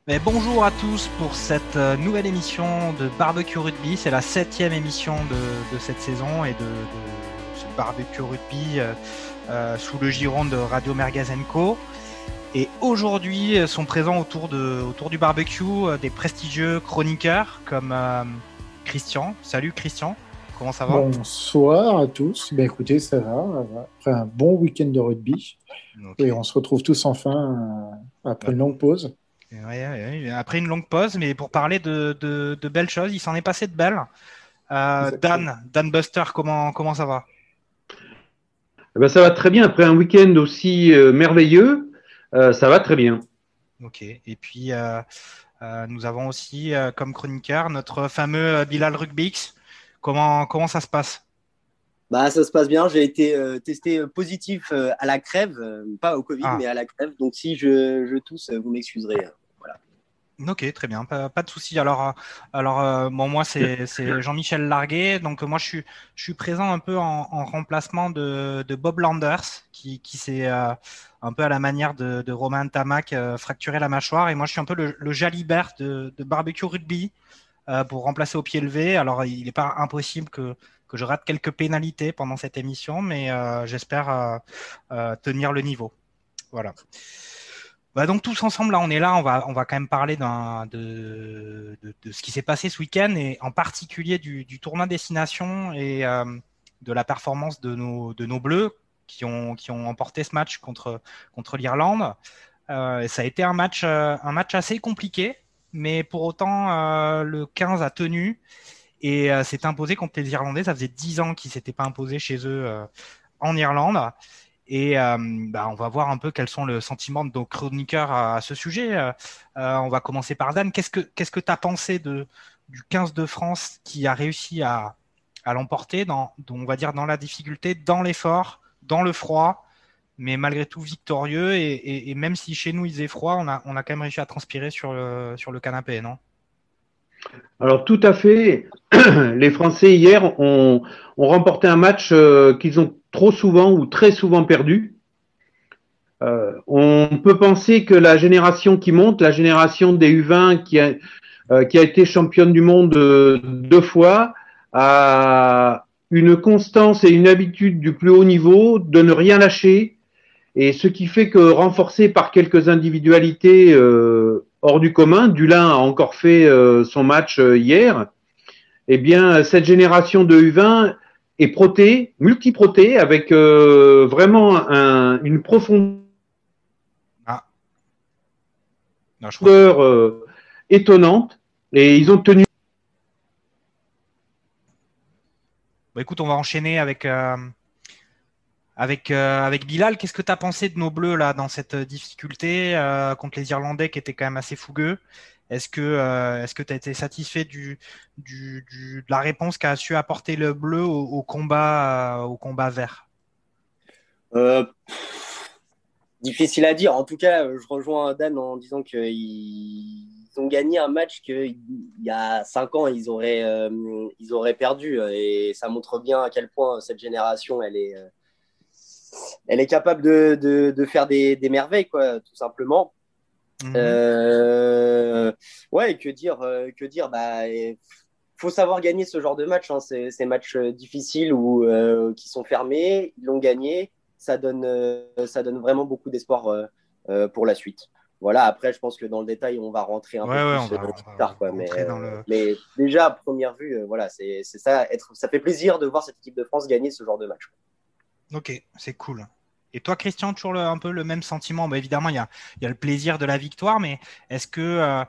Mais bonjour à tous pour cette nouvelle émission de Barbecue Rugby. C'est la 7e émission de cette saison et de ce Barbecue Rugby sous le giron de Radio Merguez Co. Et aujourd'hui sont présents autour du barbecue des prestigieux chroniqueurs comme Christian. Salut Christian, comment ça va? Bonsoir à tous. Ben écoutez, ça va. Après un bon week-end de rugby. Ok. Et on se retrouve tous enfin après Bah, une longue pause. ouais, ouais, après une longue pause, mais pour parler de belles choses, il s'en est passé de belles. Exactement. Dan Buster, comment ça va? Eh ben, ça va très bien. Après un week-end aussi merveilleux, ça va très bien. Ok. Et puis, nous avons aussi comme chroniqueur notre fameux Bilal Rugbix. Comment ça se passe? Bah, ça se passe bien. J'ai été testé positif à la crève, pas au Covid, mais Ah, à la crève. Donc, si je tousse, vous m'excuserez. Voilà. ok, très bien, pas de souci. Alors, bon, moi, c'est Jean-Michel Larguet. Donc, moi, je suis présent un peu en remplacement de Bob Landers, qui s'est un peu à la manière de Romain Tamac fracturé la mâchoire. Et moi, je suis un peu le Jalibert de Barbecue Rugby. Pour remplacer au pied levé. Alors, il n'est pas impossible que je rate quelques pénalités pendant cette émission, mais j'espère tenir le niveau. Voilà. Bah donc tous ensemble, là, on est là, on va quand même parler de ce qui s'est passé ce week-end et en particulier du tournoi Destination et de la performance de nos Bleus qui ont emporté ce match contre l'Irlande. Ça a été un match assez compliqué, mais pour autant, le 15 a tenu et s'est imposé contre les Irlandais. Ça faisait 10 ans qu'ils ne s'étaient pas imposés chez eux en Irlande. Et on va voir un peu quels sont les sentiments de nos chroniqueurs à ce sujet. On va commencer par Dan. Qu'est-ce que tu as pensé du 15 de France qui a réussi à l'emporter on va dire, dans la difficulté, dans l'effort, dans le froid, mais malgré tout victorieux. Et même si chez nous il faisait froid, on a quand même réussi à transpirer sur le canapé, non? Alors tout à fait, les Français hier ont remporté un match qu'ils ont trop souvent ou très souvent perdu. On peut penser que la génération qui monte, la génération des U20 qui a été championne du monde deux fois, a une constance et une habitude du plus haut niveau de ne rien lâcher. Et ce qui fait que, renforcé par quelques individualités hors du commun, Dulin a encore fait son match hier, eh bien, cette génération de U20 est protée, multiprotée, avec vraiment une profondeur Ah, non, je crois que. étonnante. Et ils ont tenu. Bah, écoute, on va enchaîner avec Bilal. Qu'est-ce que tu as pensé de nos Bleus là dans cette difficulté contre les Irlandais qui étaient quand même assez fougueux? Est-ce que tu as été satisfait de la réponse qu'a su apporter le Bleu au combat vert? Euh, Difficile à dire. En tout cas, je rejoins Dan en disant qu'ils ont gagné un match qu'il y a 5 ans, ils auraient perdu. Et ça montre bien à quel point cette génération, elle est capable de faire des merveilles, quoi, tout simplement. Mhm. Euh, ouais, que dire bah, faut savoir gagner ce genre de match, hein. Ces matchs difficiles ou qui sont fermés, ils l'ont gagné. Ça donne vraiment beaucoup d'espoir pour la suite. Voilà, après, je pense que dans le détail, on va rentrer un Ouais, peu ouais, on plus va, plus on va tard, quoi. Mais, rentrer dans le. déjà, à première vue, voilà, c'est ça. Ça fait plaisir de voir cette équipe de France gagner ce genre de match. Ok, c'est cool. Et toi, Christian, toujours un peu le même sentiment. Bah, évidemment, il y a le plaisir de la victoire, mais est-ce que,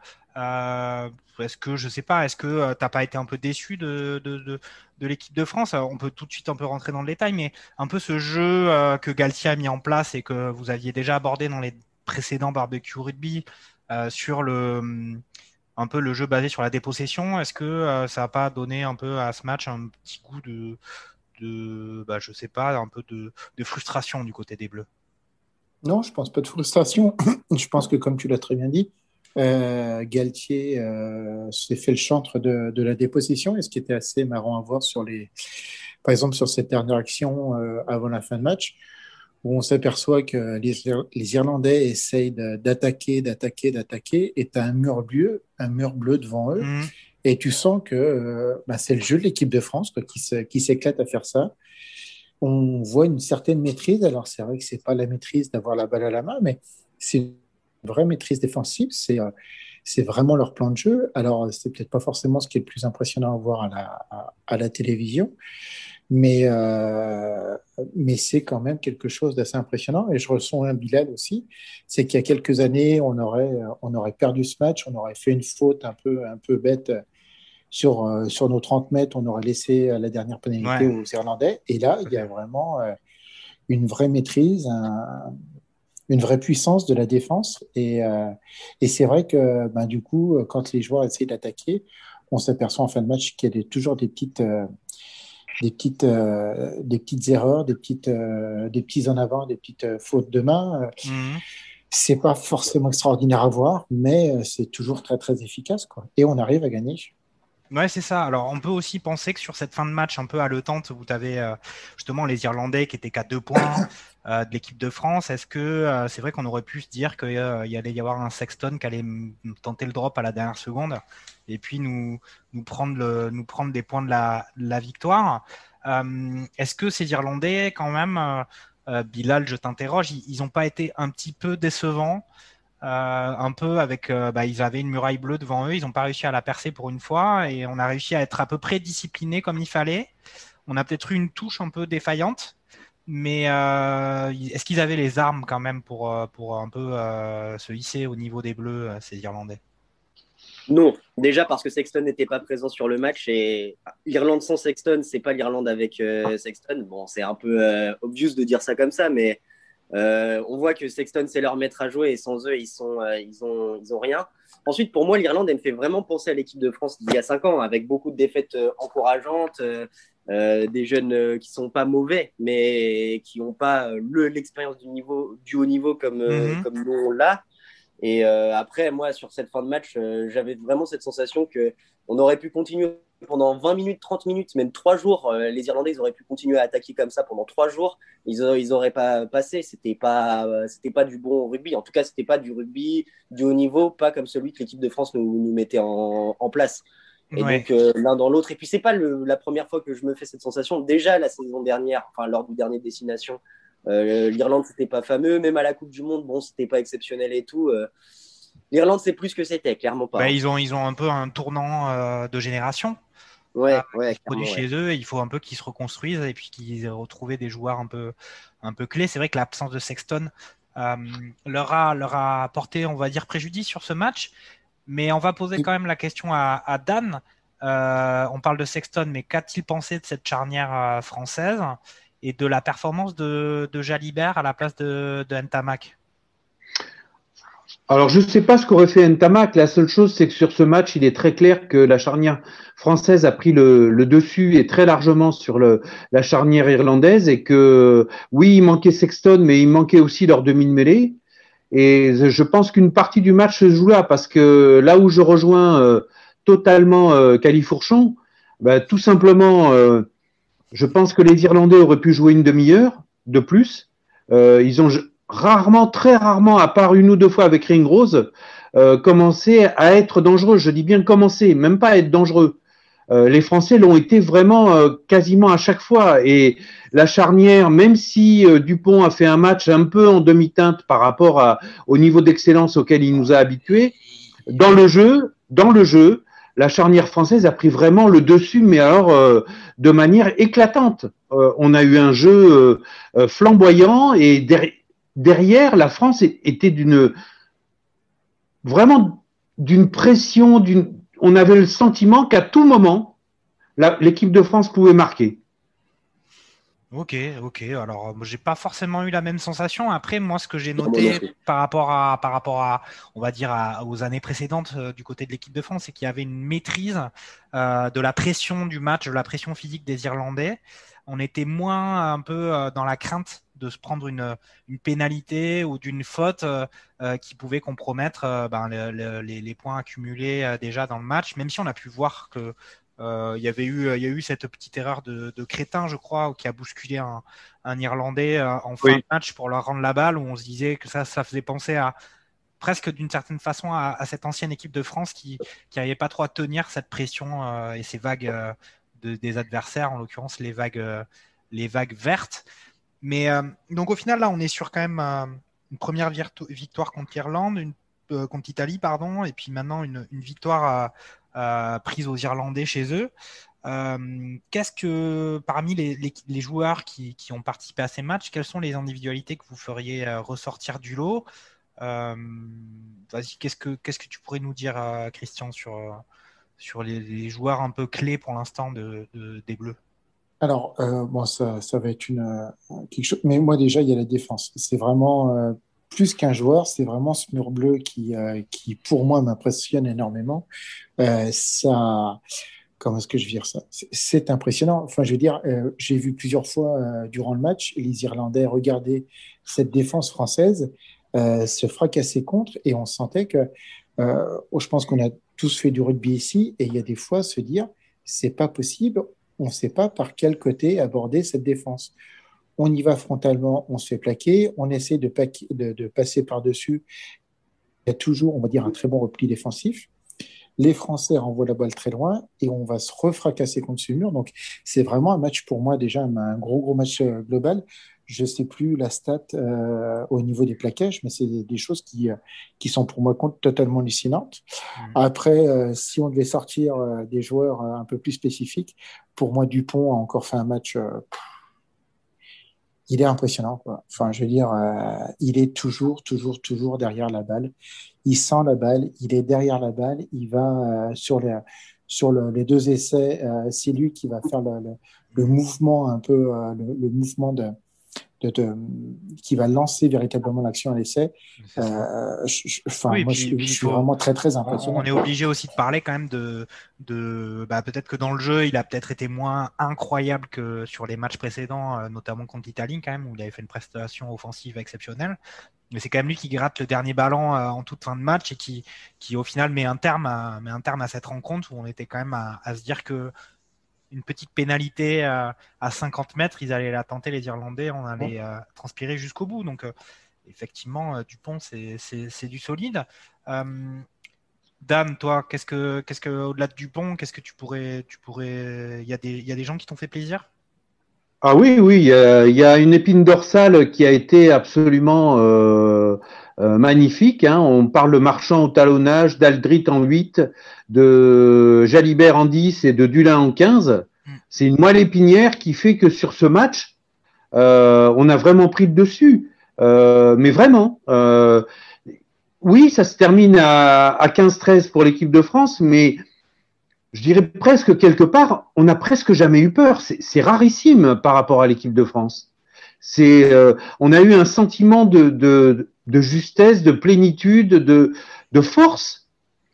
je sais pas, est-ce que t'as pas été un peu déçu de l'équipe de France? Alors, on peut tout de suite un peu rentrer dans le détail, mais un peu ce jeu que Galtier a mis en place et que vous aviez déjà abordé dans les précédents barbecue rugby sur un peu le jeu basé sur la dépossession. Est-ce que ça n'a pas donné un peu à ce match un petit goût je sais pas, un peu de frustration du côté des Bleus? Non, je pense pas de frustration. Je pense que, comme tu l'as très bien dit, Galtier s'est fait le chantre de la dépossession. Et ce qui était assez marrant à voir par exemple, sur cette dernière action avant la fin de match, où on s'aperçoit que les Irlandais essayent d'attaquer, et tu as un mur bleu devant eux. Mhm. Et tu sens que c'est le jeu de l'équipe de France quoi, qui s'éclate à faire ça. On voit une certaine maîtrise. Alors, c'est vrai que c'est pas la maîtrise d'avoir la balle à la main, mais c'est une vraie maîtrise défensive. C'est vraiment leur plan de jeu. Alors, c'est peut-être pas forcément ce qui est le plus impressionnant à voir à la télévision, mais, euh, mais c'est quand même quelque chose d'assez impressionnant. Et je ressens un Bilal aussi, c'est qu'il y a quelques années, on aurait perdu ce match, on aurait fait une faute un peu bête sur nos 30 mètres, on aurait laissé la dernière pénalité Ouais, aux Irlandais. Et là, tout il à y a fait. vraiment une vraie maîtrise, une vraie puissance de la défense. Et c'est vrai que du coup, quand les joueurs essaient d'attaquer, on s'aperçoit en fin de match qu'il y a toujours des petites erreurs, des petits en avant, des petites fautes de main. Mhm. C'est pas forcément extraordinaire à voir, mais c'est toujours très très efficace, quoi. Et on arrive à gagner. Ouais, c'est ça. Alors, on peut aussi penser que sur cette fin de match un peu haletante où tu avais justement les Irlandais qui étaient qu'à 2 points de l'équipe de France, est-ce que c'est vrai qu'on aurait pu se dire qu'il y allait y avoir un Sexton qui allait tenter le drop à la dernière seconde et puis nous prendre des points de la victoire. Est-ce que ces Irlandais, quand même, Bilal, je t'interroge, ils n'ont pas été un petit peu décevants un peu avec, ils avaient une muraille bleue devant eux, ils n'ont pas réussi à la percer pour une fois et on a réussi à être à peu près discipliné comme il fallait. On a peut-être eu une touche un peu défaillante, mais est-ce qu'ils avaient les armes quand même pour un peu se hisser au niveau des Bleus, ces Irlandais? Non, déjà parce que Sexton n'était pas présent sur le match et l'Irlande sans Sexton, c'est pas l'Irlande avec Sexton. Bon, c'est un peu obvious de dire ça comme ça, mais on voit que Sexton, c'est leur maître à jouer et sans eux, ils ont rien. Ensuite, pour moi, l'Irlande, elle me fait vraiment penser à l'équipe de France d'il y a 5 ans, avec beaucoup de défaites encourageantes, des jeunes qui sont pas mauvais, mais qui n'ont pas l'expérience du haut niveau Mhm. comme nous on l'a. Et après, moi, sur cette fin de match, j'avais vraiment cette sensation que on aurait pu continuer pendant 20 minutes, 30 minutes, même 3 jours. Les Irlandais, ils auraient pu continuer à attaquer comme ça pendant 3 jours. Ils auraient pas passé. C'était pas du bon rugby. En tout cas, c'était pas du rugby du haut niveau, pas comme celui que l'équipe de France nous mettait en place. Et Ouais. donc, l'un dans l'autre. Et puis, c'est pas la première fois que je me fais cette sensation. Déjà, la saison dernière, enfin, lors du dernier Destination, l'Irlande, c'était pas fameux. Même à la Coupe du Monde, bon, c'était pas exceptionnel et tout. L'Irlande, c'est plus que c'était, clairement pas. Hein. Ils ont un peu un tournant de génération Ouais, ouais, qui se produit clairement, ouais. chez eux et il faut un peu qu'ils se reconstruisent et puis qu'ils aient retrouvé des joueurs un peu clés. C'est vrai que l'absence de Sexton euh, leur a porté, on va dire, préjudice sur ce match. Mais on va poser quand même la question à Dan. On parle de Sexton, mais qu'a-t-il pensé de cette charnière française et de la performance de Jalibert à la place de Ntamak? Alors, je ne sais pas ce qu'aurait fait Ntamak. La seule chose, c'est que sur ce match, il est très clair que la charnière française a pris le dessus et très largement sur la charnière irlandaise et que, oui, il manquait Sexton, mais il manquait aussi leur demi de mêlée. Et je pense qu'une partie du match se joue là parce que là où je rejoins totalement Califourchon, tout simplement, je pense que les Irlandais auraient pu jouer une demi-heure de plus. Ils ont rarement, très rarement, à part une ou deux fois avec Ringrose, commencé à être dangereux. Je dis bien commencer, même pas à être dangereux. Les Français l'ont été vraiment quasiment à chaque fois. Et la charnière, même si Dupont a fait un match un peu en demi-teinte par rapport au niveau d'excellence auquel il nous a habitués, dans le jeu, la charnière française a pris vraiment le dessus, mais alors de manière éclatante. On a eu un jeu flamboyant et derrière, la France était vraiment d'une pression, on avait le sentiment qu'à tout moment, l'équipe de France pouvait marquer. Ok, ok. Alors, j'ai pas forcément eu la même sensation. Après, moi, ce que j'ai Non, moi non noté plus. par rapport à, on va dire, aux années précédentes du côté de l'équipe de France, c'est qu'il y avait une maîtrise de la pression du match, de la pression physique des Irlandais. On était moins un peu dans la crainte de se prendre une pénalité ou d'une faute qui pouvait compromettre les points accumulés déjà dans le match, même si on a pu voir que Il y a eu cette petite erreur de crétin, je crois, qui a bousculé un Irlandais en fin de match pour leur rendre la balle, où on se disait que ça faisait penser à presque d'une certaine façon à cette ancienne équipe de France qui n'arrivait pas trop à tenir cette pression et ces vagues des adversaires, en l'occurrence les vagues vertes. Mais donc au final, là, on est sur quand même une première victoire contre l'Irlande, contre l'Italie, pardon, et puis maintenant une victoire prise aux Irlandais chez eux. Qu'est-ce que parmi les joueurs qui ont participé à ces matchs, quelles sont les individualités que vous feriez ressortir du lot? Vas-y, qu'est-ce que tu pourrais nous dire, Christian, sur les joueurs un peu clés pour l'instant des Bleus? Alors, bon, ça va être quelque chose. Mais moi, déjà, il y a la défense. C'est vraiment plus qu'un joueur, c'est vraiment ce mur bleu qui pour moi, m'impressionne énormément. Ça, comment est-ce que je vais dire ça? C'est impressionnant. Enfin, je veux dire, j'ai vu plusieurs fois durant le match les Irlandais regarder cette défense française se fracasser contre, et on sentait que, je pense qu'on a tous fait du rugby ici, et il y a des fois se dire, c'est pas possible, on ne sait pas par quel côté aborder cette défense. On y va frontalement, on se fait plaquer, on essaie de passer par-dessus. Il y a toujours, on va dire, un très bon repli défensif. Les Français renvoient la balle très loin et on va se refracasser contre ce mur. Donc, c'est vraiment un match pour moi, déjà un gros match global. Je ne sais plus la stat au niveau des plaquages, mais c'est des choses qui sont pour moi totalement hallucinantes. Après, si on devait sortir des joueurs un peu plus spécifiques, pour moi, Dupont a encore fait un match. Il est impressionnant, quoi. Enfin, je veux dire, il est toujours derrière la balle. Il sent la balle, il est derrière la balle, il va les deux essais, c'est lui qui va faire le mouvement un peu, le mouvement qui va lancer véritablement l'action à l'essai. Oui, moi, je suis vraiment très impressionné. On est obligé aussi de parler quand même peut-être que dans le jeu, il a peut-être été moins incroyable que sur les matchs précédents, notamment contre l'Italie quand même, où il avait fait une prestation offensive exceptionnelle. Mais c'est quand même lui qui gratte le dernier ballon en toute fin de match et qui au final met un terme à cette rencontre, où on était quand même à se dire que une petite pénalité à 50 mètres, ils allaient la tenter, les Irlandais, on allait transpirer jusqu'au bout. Donc, effectivement, Dupont, c'est du solide. Dan, toi, qu'est-ce que au-delà de Dupont, qu'est-ce que tu pourrais, il y a des gens qui t'ont fait plaisir? Ah oui, il y a une épine dorsale qui a été absolument magnifique. Hein. On parle de Marchand au talonnage, d'Aldrit en 8, de Jalibert en 10 et de Dulin en 15. C'est une moelle épinière qui fait que sur ce match, on a vraiment pris le dessus. Mais vraiment, oui, ça se termine à 15-13 pour l'équipe de France, mais je dirais presque quelque part, on n'a presque jamais eu peur. C'est rarissime par rapport à l'équipe de France. On a eu un sentiment de justesse, de plénitude, de force.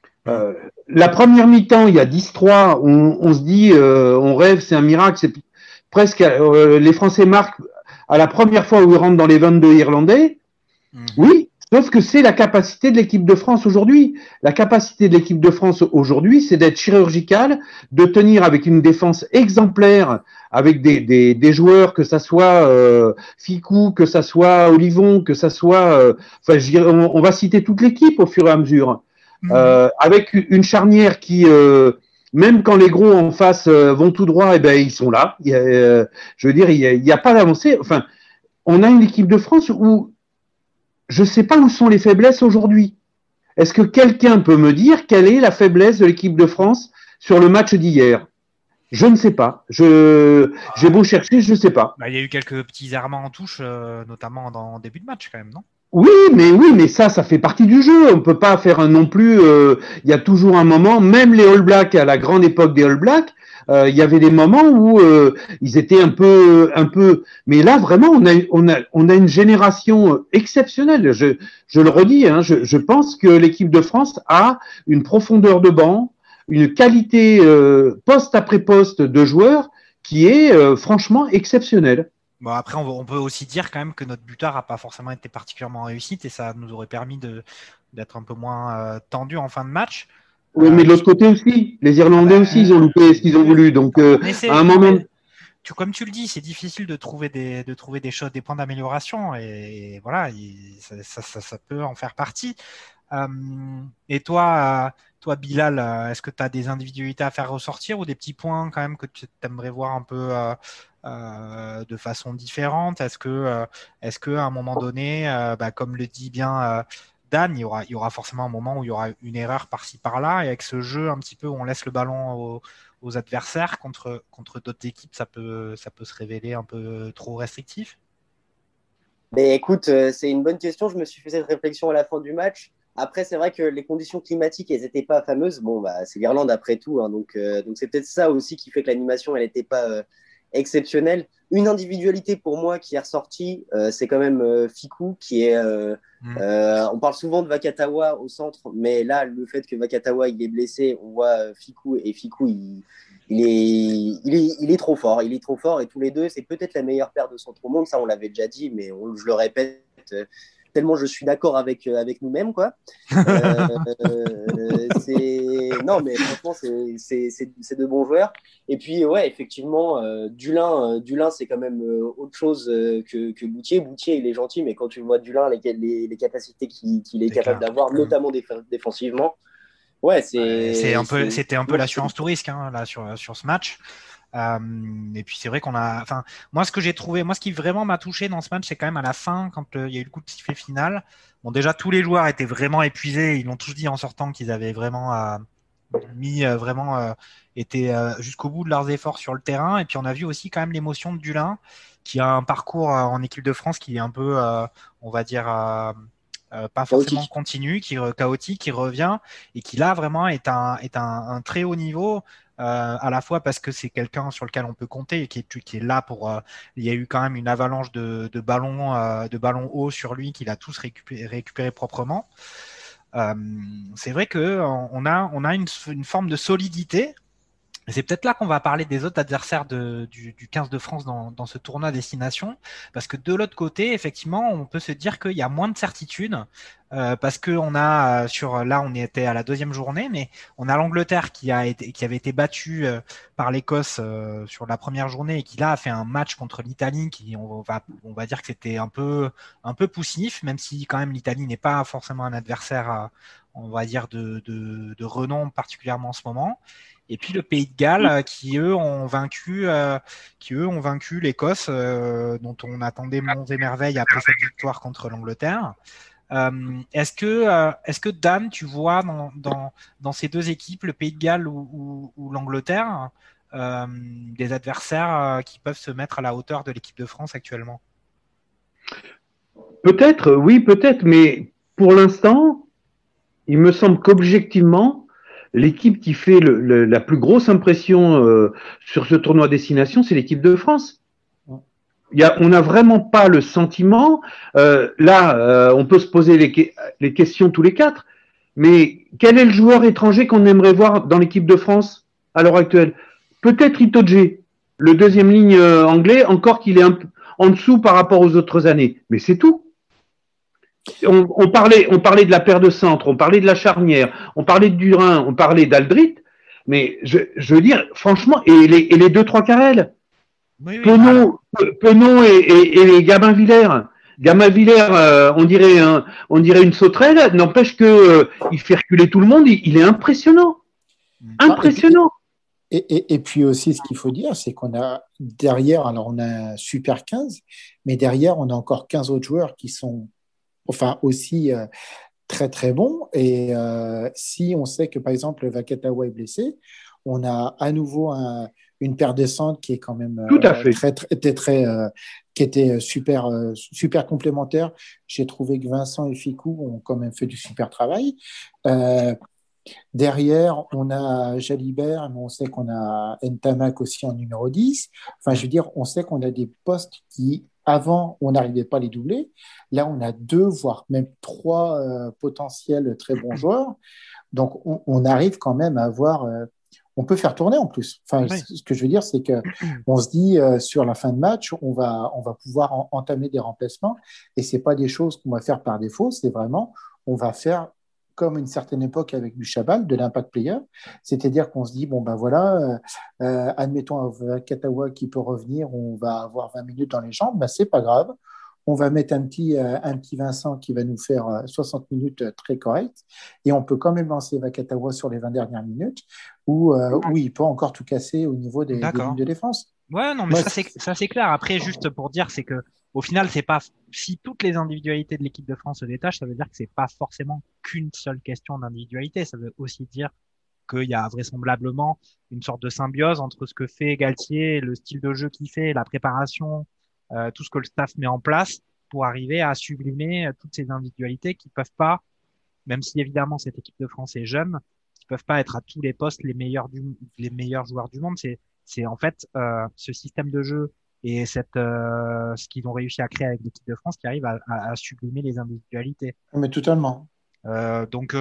La première mi-temps, il y a 10-3, on se dit, on rêve, c'est un miracle. C'est presque les Français marquent à la première fois où ils rentrent dans les 22 Irlandais. Oui. Sauf que c'est la capacité de l'équipe de France aujourd'hui. La capacité de l'équipe de France aujourd'hui, c'est d'être chirurgicale, de tenir avec une défense exemplaire, avec des joueurs, que ça soit Ficou, que ça soit Olivon, que ça soit... on va citer toute l'équipe au fur et à mesure. Avec une charnière qui... même quand les gros en face vont tout droit, eh ben, ils sont là. Je veux dire, il n'y a pas d'avancée. Enfin, on a une équipe de France où je ne sais pas où sont les faiblesses aujourd'hui. Est-ce que quelqu'un peut me dire quelle est la faiblesse de l'équipe de France sur le match d'hier? Je ne sais pas. J'ai beau chercher, je ne sais pas. Il y a eu quelques petits errements en touche, notamment dans le début de match quand même, non? Oui, mais ça fait partie du jeu. On ne peut pas faire non plus. Il y a toujours un moment, même les All Blacks, à la grande époque des All Blacks, il y avait des moments où ils étaient un peu. Mais là, vraiment, on a une génération exceptionnelle. Je le redis, hein, je pense que l'équipe de France a une profondeur de banc, une qualité poste après poste de joueurs qui est franchement exceptionnelle. Bon, après, on peut aussi dire quand même que notre buteur n'a pas forcément été particulièrement réussite et ça nous aurait permis d'être un peu moins tendu en fin de match. Oui, mais de l'autre côté aussi, les Irlandais aussi, ils ont loupé ce qu'ils ont voulu. Donc, à un moment. Comme tu le dis, c'est difficile de trouver des choses, des points d'amélioration, et voilà, ça peut en faire partie. Et toi, Bilal, est-ce que tu as des individualités à faire ressortir ou des petits points quand même que tu aimerais voir un peu de façon différente? Est-ce que à un moment donné, comme le dit bien Dan, il y aura forcément un moment où il y aura une erreur par-ci par-là, et avec ce jeu un petit peu où on laisse le ballon aux adversaires contre d'autres équipes, ça peut se révéler un peu trop restrictif? Mais écoute, c'est une bonne question. Je me suis fait cette réflexion à la fin du match. Après, c'est vrai que les conditions climatiques, elles n'étaient pas fameuses. Bon, bah, c'est l'Irlande après tout, hein, donc c'est peut-être ça aussi qui fait que l'animation, elle n'était pas exceptionnelle. Une individualité pour moi qui est ressortie, c'est quand même Ficou, qui est. On parle souvent de Vakatawa au centre, mais là, le fait que Vakatawa il est blessé, on voit Ficou, et Ficou, il est trop fort. Il est trop fort, et tous les deux, c'est peut-être la meilleure paire de centre au monde. Ça, on l'avait déjà dit, mais je le répète tellement je suis d'accord avec nous-mêmes, quoi. Non, mais franchement, c'est de bons joueurs. Et puis, ouais, effectivement, Dulin, c'est quand même autre chose que Boutier. Boutier, il est gentil, mais quand tu vois Dulin, les capacités qu'il est capable d'avoir, notamment défensivement, ouais, c'était un peu l'assurance tout risque, hein, là, sur ce match. Et puis c'est vrai moi ce qui vraiment m'a touché dans ce match, c'est quand même à la fin, quand il y a eu le coup de sifflet final. Bon, déjà tous les joueurs étaient vraiment épuisés, ils l'ont tous dit en sortant qu'ils avaient vraiment été jusqu'au bout de leurs efforts sur le terrain. Et puis on a vu aussi quand même l'émotion de Dulin, qui a un parcours en équipe de France qui est un peu, on va dire, pas forcément continu, chaotique, qui revient et qui là vraiment est un très haut niveau. À la fois parce que c'est quelqu'un sur lequel on peut compter et qui est là pour. Il y a eu quand même une avalanche de ballons hauts sur lui qu'il a tous récupéré proprement. C'est vrai que on a une forme de solidité. C'est peut-être là qu'on va parler des autres adversaires du 15 de France dans ce tournoi destination, parce que de l'autre côté, effectivement, on peut se dire qu'il y a moins de certitude, parce que là, on était à la deuxième journée, mais on a l'Angleterre qui avait été battue par l'Écosse sur la première journée et qui là a fait un match contre l'Italie qui on va dire que c'était un peu poussif, même si quand même l'Italie n'est pas forcément un adversaire, on va dire de renom particulièrement en ce moment. Et puis le Pays de Galles qui eux ont vaincu l'Écosse, dont on attendait monts et merveilles après cette victoire contre l'Angleterre. Est-ce que Dan, tu vois dans ces deux équipes, le Pays de Galles ou l'Angleterre, des adversaires qui peuvent se mettre à la hauteur de l'équipe de France actuellement? Peut-être, oui, peut-être, mais pour l'instant, il me semble qu'objectivement, l'équipe qui fait la plus grosse impression sur ce tournoi destination, c'est l'équipe de France. On n'a vraiment pas le sentiment. On peut se poser les questions tous les quatre, mais quel est le joueur étranger qu'on aimerait voir dans l'équipe de France à l'heure actuelle? Peut-être Itoje, le deuxième ligne anglais, encore qu'il est un peu en dessous par rapport aux autres années, mais c'est tout. On parlait de la paire de centre, on parlait de la charnière, on parlait de Durin, on parlait d'Aldrit, mais je veux dire, franchement, et les deux, trois Carrel, oui, Penaud et Gabin Villers. Gabin Villers, on dirait une sauterelle, n'empêche il fait reculer tout le monde, il est impressionnant. Impressionnant. Et puis aussi, ce qu'il faut dire, c'est qu'on a derrière, alors on a un super 15, mais derrière, on a encore 15 autres joueurs qui sont aussi très très bons. Et si on sait que par exemple Vakatawa est blessé, on a à nouveau une paire de centres qui est quand même qui était super complémentaire. J'ai trouvé que Vincent et Ficou ont quand même fait du super travail. Derrière, on a Jalibert, mais on sait qu'on a Ntamak aussi en numéro 10. Enfin, je veux dire, on sait qu'on a des postes qui, avant, on n'arrivait pas à les doubler. Là, on a 2, voire même 3 potentiels très bons joueurs. Donc, on arrive quand même à avoir... on peut faire tourner en plus. Enfin, oui. Ce que je veux dire, c'est qu'on se dit, sur la fin de match, on va pouvoir entamer des remplacements. Et ce n'est pas des choses qu'on va faire par défaut. C'est vraiment, on va faire comme une certaine époque avec du Chabal, de l'impact player, c'est-à-dire qu'on se dit, bon ben voilà, admettons un Katawa qui peut revenir, on va avoir 20 minutes dans les jambes, ben c'est pas grave. On va mettre un petit Vincent qui va nous faire 60 minutes très correctes et on peut quand même lancer Vakatawa sur les 20 dernières minutes où il peut encore tout casser au niveau des lignes de défense. Ouais, non, mais Moi, ça c'est clair. Après, juste pour dire, c'est que au final, c'est pas si toutes les individualités de l'équipe de France se détachent, ça veut dire que c'est pas forcément qu'une seule question d'individualité. Ça veut aussi dire qu'il y a vraisemblablement une sorte de symbiose entre ce que fait Galtier, le style de jeu qu'il fait, la préparation, tout ce que le staff met en place pour arriver à sublimer toutes ces individualités qui peuvent pas, même si évidemment cette équipe de France est jeune, qui peuvent pas être à tous les postes les meilleurs joueurs du monde. C'est en fait ce système de jeu et ce qu'ils ont réussi à créer avec l'équipe de France qui arrive à sublimer les individualités. mais totalement. Donc,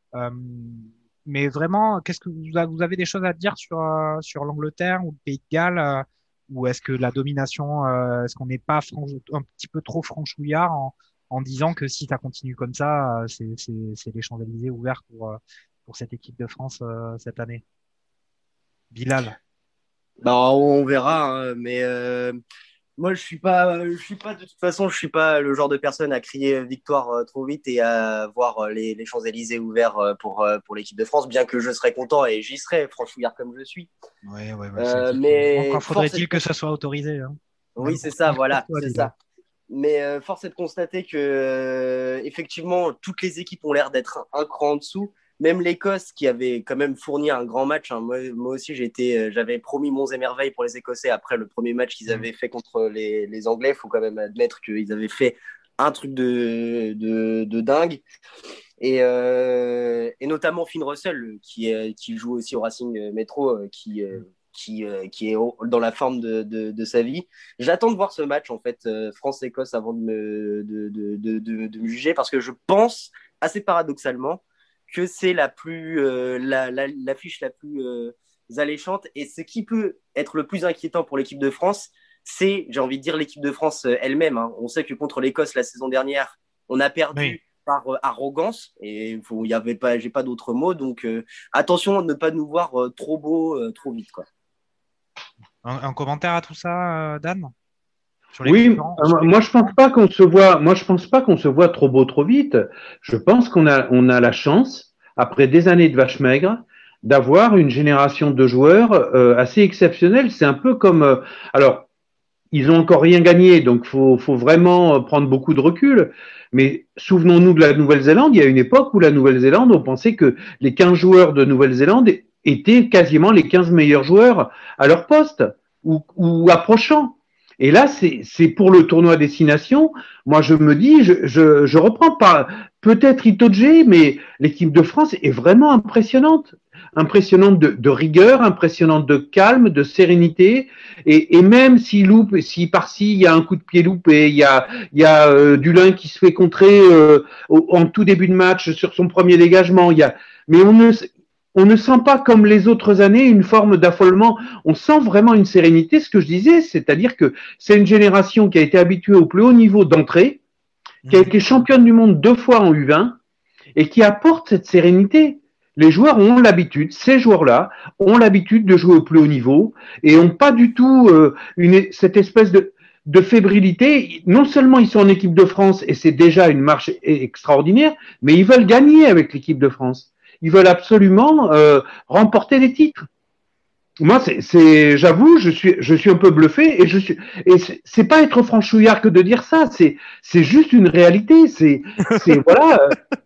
mais vraiment, qu'est-ce que vous avez des choses à dire sur l'Angleterre ou le Pays de Galles, ou est-ce que la domination, est-ce qu'on n'est pas un petit peu trop franchouillard en disant que si ça continue comme ça, c'est les Champs-Élysées ouverts pour cette équipe de France cette année. Bilal. Bah, on verra, hein, mais moi je suis pas de toute façon, je suis pas le genre de personne à crier victoire trop vite et à voir les Champs-Élysées ouverts pour l'équipe de France, bien que je serais content et j'y serais, franchouillard comme je suis. Ouais, Mais encore faudrait-il que ça soit autorisé. Hein. Oui, c'est ça, voilà, c'est ça. Mais force est de constater que effectivement, toutes les équipes ont l'air d'être un cran en dessous. Même l'Écosse, qui avait quand même fourni un grand match. Hein. Moi aussi, j'avais promis monts et merveilles pour les Écossais après le premier match qu'ils avaient fait contre les Anglais. Il faut quand même admettre qu'ils avaient fait un truc de dingue. Et notamment Finn Russell, qui joue aussi au Racing Métro, qui est dans la forme de sa vie. J'attends de voir ce match, en fait, France-Écosse, avant de me juger, parce que je pense, assez paradoxalement, que c'est l'affiche la plus alléchante. Et ce qui peut être le plus inquiétant pour l'équipe de France, c'est, j'ai envie de dire, l'équipe de France elle-même. Hein. On sait que contre l'Écosse, la saison dernière, on a perdu par arrogance. Et j'ai pas d'autres mots. Donc, attention à ne pas nous voir trop beau, trop vite, quoi. Un commentaire à tout ça, Dan? Oui, moi je pense pas qu'on se voit trop beau trop vite. Je pense qu'on a la chance, après des années de vaches maigres, d'avoir une génération de joueurs assez exceptionnelle. C'est un peu comme alors ils ont encore rien gagné, donc faut vraiment prendre beaucoup de recul. Mais souvenons-nous de la Nouvelle-Zélande. Il y a une époque où la Nouvelle-Zélande, on pensait que les 15 joueurs de Nouvelle-Zélande étaient quasiment les 15 meilleurs joueurs à leur poste ou approchant. Et là, c'est pour le tournoi Destination. Moi, je me dis, je reprends pas peut-être Itoje, mais l'équipe de France est vraiment impressionnante de rigueur, impressionnante de calme, de sérénité. Et même s'il loupe, si par-ci il y a un coup de pied loupé, il y a Dulin qui se fait contrer en tout début de match sur son premier dégagement. Mais on ne sent pas comme les autres années une forme d'affolement. On sent vraiment une sérénité. Ce que je disais, c'est-à-dire que c'est une génération qui a été habituée au plus haut niveau d'entrée, qui a été championne du monde 2 fois en U20 et qui apporte cette sérénité. Les joueurs ont l'habitude, ces joueurs-là ont l'habitude de jouer au plus haut niveau et n'ont pas du tout cette espèce de fébrilité. Non seulement ils sont en équipe de France et c'est déjà une marche extraordinaire, mais ils veulent gagner avec l'équipe de France. Ils veulent absolument remporter des titres. Moi, j'avoue, je suis un peu bluffé et c'est pas être franchouillard que de dire ça. C'est juste une réalité. Voilà.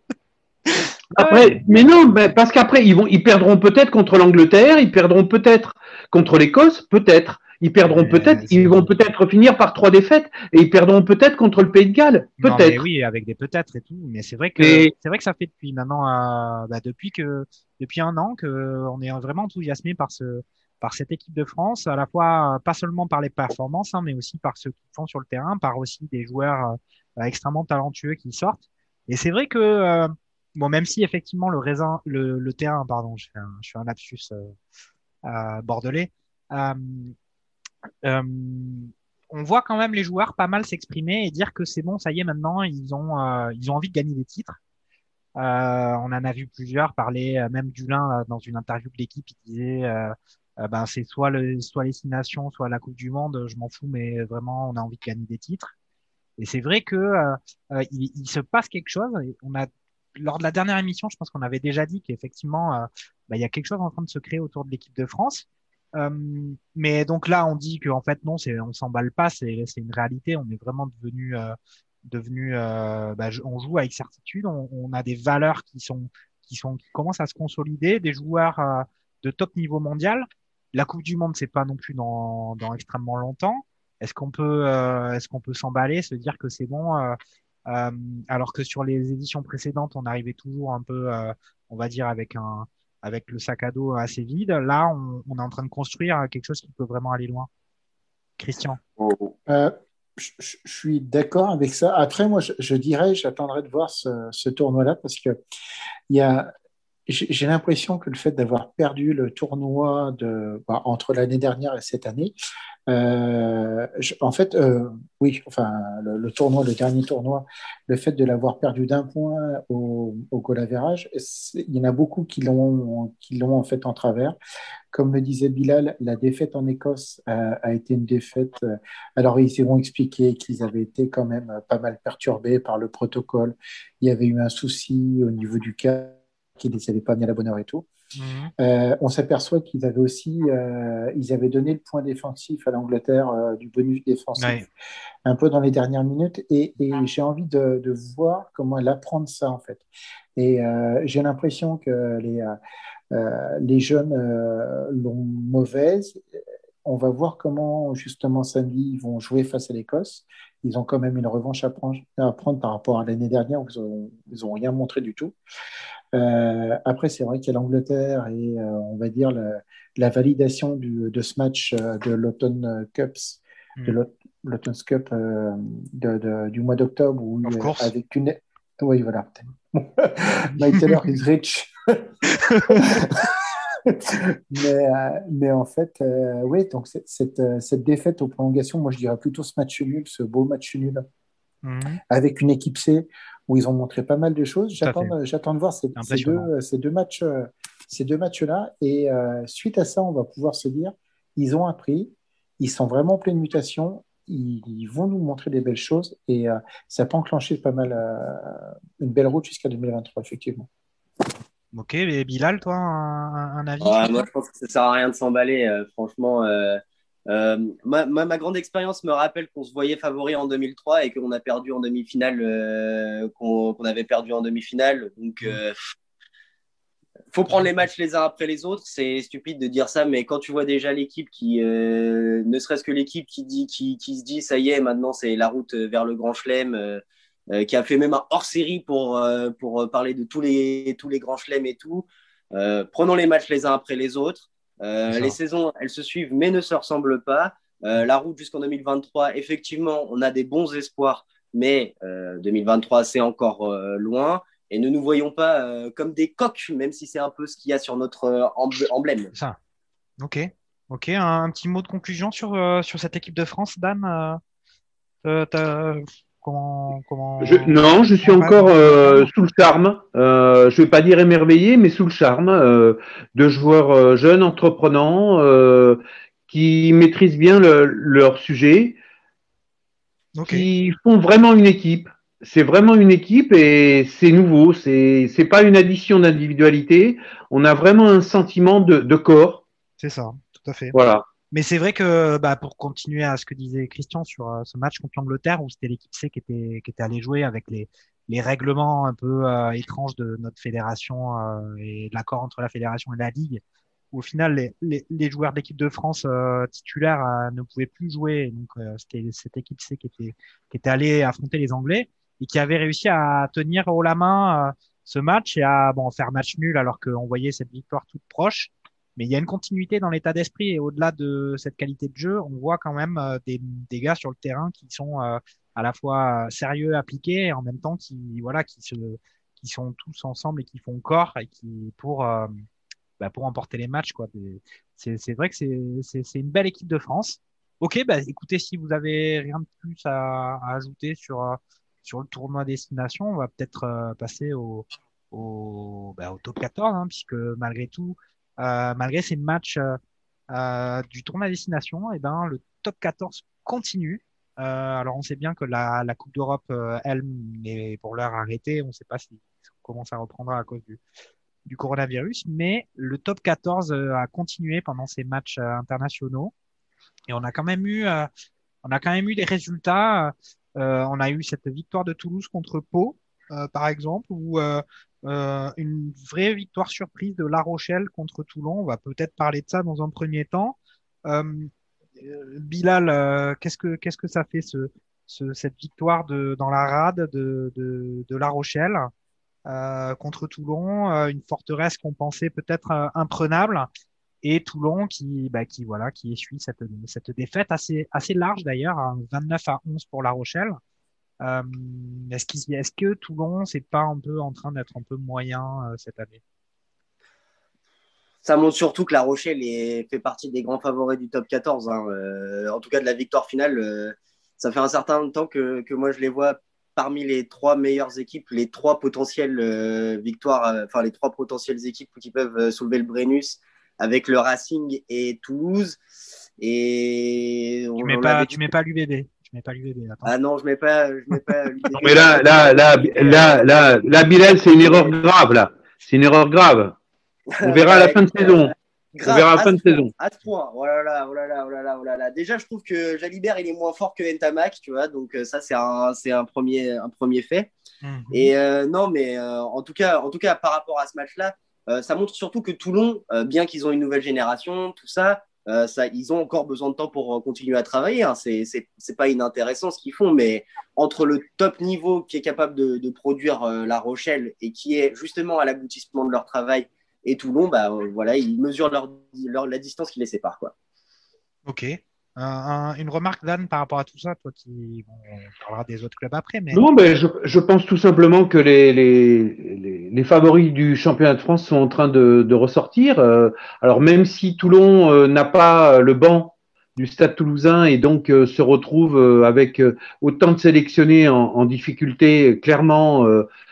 Après, mais non, parce qu'après ils perdront peut-être contre l'Angleterre, ils perdront peut-être contre l'Écosse, peut-être. Ils vont peut-être finir par 3 défaites et ils perdront peut-être contre le Pays de Galles, peut-être. Non, mais oui, avec des peut-être et tout. Mais c'est vrai que ça fait depuis maintenant, depuis un an que on est vraiment enthousiasmé par cette équipe de France, à la fois pas seulement par les performances, hein, mais aussi par ce qu'ils font sur le terrain, par aussi des joueurs extrêmement talentueux qui sortent. Et c'est vrai que bon, même si effectivement le terrain, pardon, je fais un lapsus bordelais. On voit quand même les joueurs pas mal s'exprimer et dire que c'est bon, ça y est, maintenant ils ont envie de gagner des titres. On en a vu plusieurs parler, même Dulin dans une interview de l'équipe, il disait ben c'est soit les Six Nations, soit la Coupe du Monde, je m'en fous, mais vraiment on a envie de gagner des titres. Et c'est vrai que il se passe quelque chose. Et lors de la dernière émission, je pense qu'on avait déjà dit qu'effectivement il y a quelque chose en train de se créer autour de l'équipe de France. Euh, mais donc là, on dit qu'en fait non, on s'emballe pas, c'est une réalité. On est vraiment devenu, on joue avec certitude. On a des valeurs qui commencent à se consolider, des joueurs de top niveau mondial. La Coupe du Monde, c'est pas non plus dans extrêmement longtemps. Est-ce qu'on peut s'emballer, se dire que c'est bon, euh, alors que sur les éditions précédentes, on arrivait toujours un peu, on va dire, avec le sac à dos assez vide. Là, on est en train de construire quelque chose qui peut vraiment aller loin. Christian. Euh, je suis d'accord avec ça. Après, moi, je dirais, j'attendrai de voir ce tournoi-là parce que il y a, j'ai l'impression que le fait d'avoir perdu le tournoi entre l'année dernière et cette année, en fait, oui, enfin, le tournoi, le dernier tournoi, le fait de l'avoir perdu d'un point au goal average, il y en a beaucoup qui l'ont en fait en travers. Comme le disait Bilal, la défaite en Écosse a été une défaite. Alors, ils vont expliquer qu'ils avaient été quand même pas mal perturbés par le protocole. Il y avait eu un souci au niveau du cas, qu'ils ne les avaient pas mis à la bonne heure et tout. Mhm. On s'aperçoit qu'ils avaient aussi, ils avaient donné le point défensif à l'Angleterre, du bonus Ouais. défensif, un peu dans les dernières minutes. Et j'ai envie de voir comment elle apprend ça, en fait. Et j'ai l'impression que les jeunes l'ont mauvaise. On va voir comment, justement, samedi, ils vont jouer face à l'Écosse. Ils ont quand même une revanche à prendre par rapport à l'année dernière où ils ont rien montré du tout. Après, c'est vrai qu'il y a l'Angleterre et on va dire la validation de ce match de l'Autumn Cups, de Mhm. l'Autumn Cup du mois d'octobre, où Of course. avec une. Oui, voilà. My Taylor is rich. Mais en fait, oui, donc cette défaite aux prolongations, moi je dirais plutôt ce match nul, ce beau match nul, Mhm. avec une équipe C où ils ont montré pas mal de choses. Tout à fait. J'attends de voir ces Impressionnant. deux matchs, ces deux matchs-là. Et suite à ça, on va pouvoir se dire, ils ont appris, ils sont vraiment en pleine mutation, ils vont nous montrer des belles choses et ça peut enclencher pas mal une belle route jusqu'à 2023, effectivement. Ok, et Bilal, toi, un avis sur Ouais, moi, ça? je pense que ça sert à rien de s'emballer. Franchement, ma grande expérience me rappelle qu'on se voyait favori en 2003 et qu'on a perdu en demi-finale, qu'on avait perdu en demi-finale. Donc, Mhm. faut prendre les matchs les uns après les autres. C'est stupide de dire ça, mais quand tu vois déjà l'équipe ne serait-ce que l'équipe qui se dit, ça y est, maintenant c'est la route vers le Grand Chelem, qui a fait même un hors-série pour parler de tous les grands chelems et tout. Prenons les matchs les uns après les autres. C'est Les ça. saisons, elles se suivent, mais ne se ressemblent pas. La route jusqu'en 2023, effectivement, on a des bons espoirs, mais 2023, c'est encore loin. Et ne nous voyons pas comme des coqs, même si c'est un peu ce qu'il y a sur notre emblème. C'est ça. Ok. Ok, un petit mot de conclusion sur cette équipe de France, Dan. Euh, t'as- comment, comment, Non, je suis comment encore réagir? sous le charme. Je vais pas dire émerveillé, mais sous le charme de joueurs jeunes, entreprenants, qui maîtrisent bien leur sujet, Ok, qui font vraiment une équipe. C'est vraiment une équipe et c'est nouveau. C'est pas une addition d'individualité. On a vraiment un sentiment de corps. c'est ça, tout à fait. Voilà. Mais c'est vrai que pour continuer à ce que disait Christian sur ce match contre l'Angleterre, où c'était l'équipe C qui était allée jouer avec les règlements un peu étranges de notre fédération et de l'accord entre la fédération et la Ligue, où au final les joueurs de l'équipe de France titulaires ne pouvaient plus jouer. Et donc c'était cette équipe C qui était allée affronter les Anglais et qui avait réussi à tenir haut la main ce match et à faire match nul alors qu'on voyait cette victoire toute proche. Mais il y a une continuité dans l'état d'esprit et au-delà de cette qualité de jeu, on voit quand même des gars sur le terrain qui sont à la fois sérieux, appliqués et en même temps qui sont tous ensemble et qui font corps et qui pour emporter les matchs quoi. C'est vrai que c'est une belle équipe de France. Ok, écoutez, si vous avez rien de plus à ajouter sur le tournoi Destination, on va peut-être passer au au top 14, hein, puisque malgré tout, malgré ces matchs du tournoi à destination, et ben, le top 14 continue. Alors, on sait bien que la Coupe d'Europe, elle, est pour l'heure arrêtée. On ne sait pas si comment ça reprendra à cause du coronavirus, mais le top 14 a continué pendant ces matchs internationaux. Et on a quand même eu des résultats. On a eu cette victoire de Toulouse contre Pau, par exemple, ou une vraie victoire surprise de La Rochelle contre Toulon. On va peut-être parler de ça dans un premier temps. Euh, Bilal, qu'est-ce que ça fait cette victoire dans la rade de La Rochelle contre Toulon, une forteresse qu'on pensait peut-être imprenable, et Toulon qui essuie cette défaite assez large d'ailleurs, hein, 29-11 pour La Rochelle. Euh, est-ce que Toulon, c'est pas un peu en train d'être un peu moyen cette année? Ça montre surtout que La Rochelle fait partie des grands favoris du top 14, hein. En tout cas, de la victoire finale, ça fait un certain temps que moi je les vois parmi les trois meilleures équipes, les trois potentielles victoires, enfin les trois potentielles équipes qui peuvent soulever le Brennus avec le Racing et Toulouse. Et on avait dit. Tu mets pas l'UBB. Tu mets pas l'UBB, attends. Ah non, je mets pas l'UBB. Non, mais là, Bilal, c'est une erreur grave, là. C'est une erreur grave. On verra à la fin de saison. On Grave, verra à la fin de saison. à ce point. Oh là là, oh là là, oh là là, oh là là. Déjà, je trouve que Jalibert, il est moins fort que Ntamak, tu vois. Donc, ça, c'est un premier fait. Et non, mais en tout cas, par rapport à ce match-là, ça montre surtout que Toulon, bien qu'ils ont une nouvelle génération, tout ça, ils ont encore besoin de temps pour continuer à travailler, hein. C'est pas inintéressant ce qu'ils font, mais entre le top niveau qui est capable de produire La Rochelle et qui est justement à l'aboutissement de leur travail et Toulon, bah, voilà, ils mesurent la distance qui les sépare, quoi. Ok. Une remarque, Dan, par rapport à tout ça, toi qui on parlera des autres clubs après, mais Non, ben, je pense tout simplement que les favoris du championnat de France sont en train de ressortir. Alors, même si Toulon n'a pas le banc du Stade Toulousain et donc se retrouve avec autant de sélectionnés en difficulté, clairement,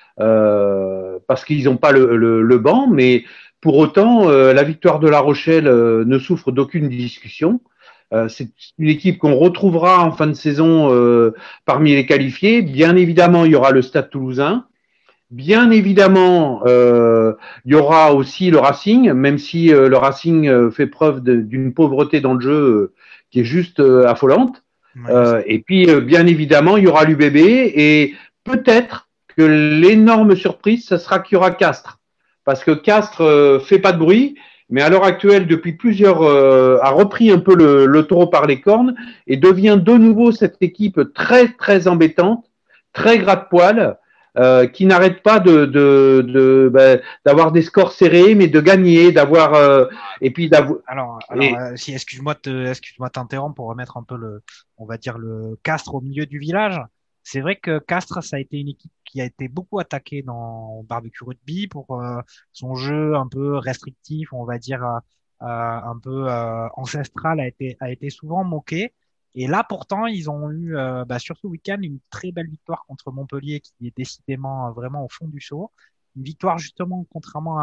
parce qu'ils n'ont pas le banc, mais pour autant, la victoire de La Rochelle ne souffre d'aucune discussion. C'est une équipe qu'on retrouvera en fin de saison parmi les qualifiés. Bien évidemment, il y aura le Stade Toulousain. Bien évidemment, il y aura aussi le Racing, même si le Racing fait preuve d'une pauvreté dans le jeu qui est juste affolante. ouais, Et puis, bien évidemment, il y aura l'UBB et peut-être que l'énorme surprise, ce sera qu'il y aura Castres. Parce que Castres fait pas de bruit, mais à l'heure actuelle, depuis plusieurs, a repris un peu le taureau par les cornes et devient de nouveau cette équipe très, très embêtante, très gratte-poil, qui n'arrête pas d'avoir des scores serrés, mais de gagner, d'avoir et puis d'avoir. Si excuse-moi de t'interrompre pour remettre un peu on va dire le Castres au milieu du village. C'est vrai que Castres, ça a été une équipe qui a été beaucoup attaquée dans Barbecue Rugby pour son jeu un peu restrictif, on va dire un peu ancestral, a été souvent moqué. Et là, pourtant, ils ont eu, sur ce week-end, une très belle victoire contre Montpellier, qui est décidément vraiment au fond du seau. Une victoire, justement, contrairement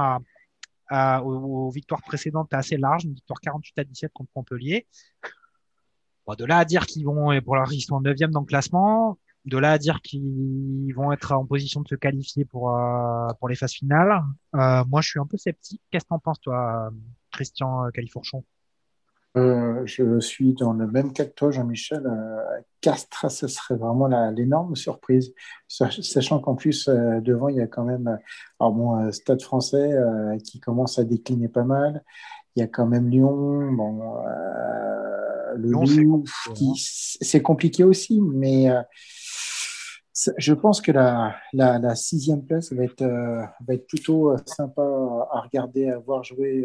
aux victoires précédentes, assez large, une victoire 48-17 contre Montpellier. Bon, de là à dire qu'ils vont, et pour l'instant, ils sont 9e dans le classement, de là à dire qu'ils vont être en position de se qualifier pour les phases finales, moi, je suis un peu sceptique. Qu'est-ce que t'en penses, toi, Christian Califourchon? Je suis dans le même cas que toi, Jean-Michel. Castres, ce serait vraiment l'énorme surprise, sachant qu'en plus, devant, il y a quand même alors bon, Stade français qui commence à décliner pas mal. Il y a quand même Lyon, bon, le Lyon, Loup, hein. c'est compliqué aussi, mais je pense que la sixième place va être plutôt sympa à regarder, à voir jouer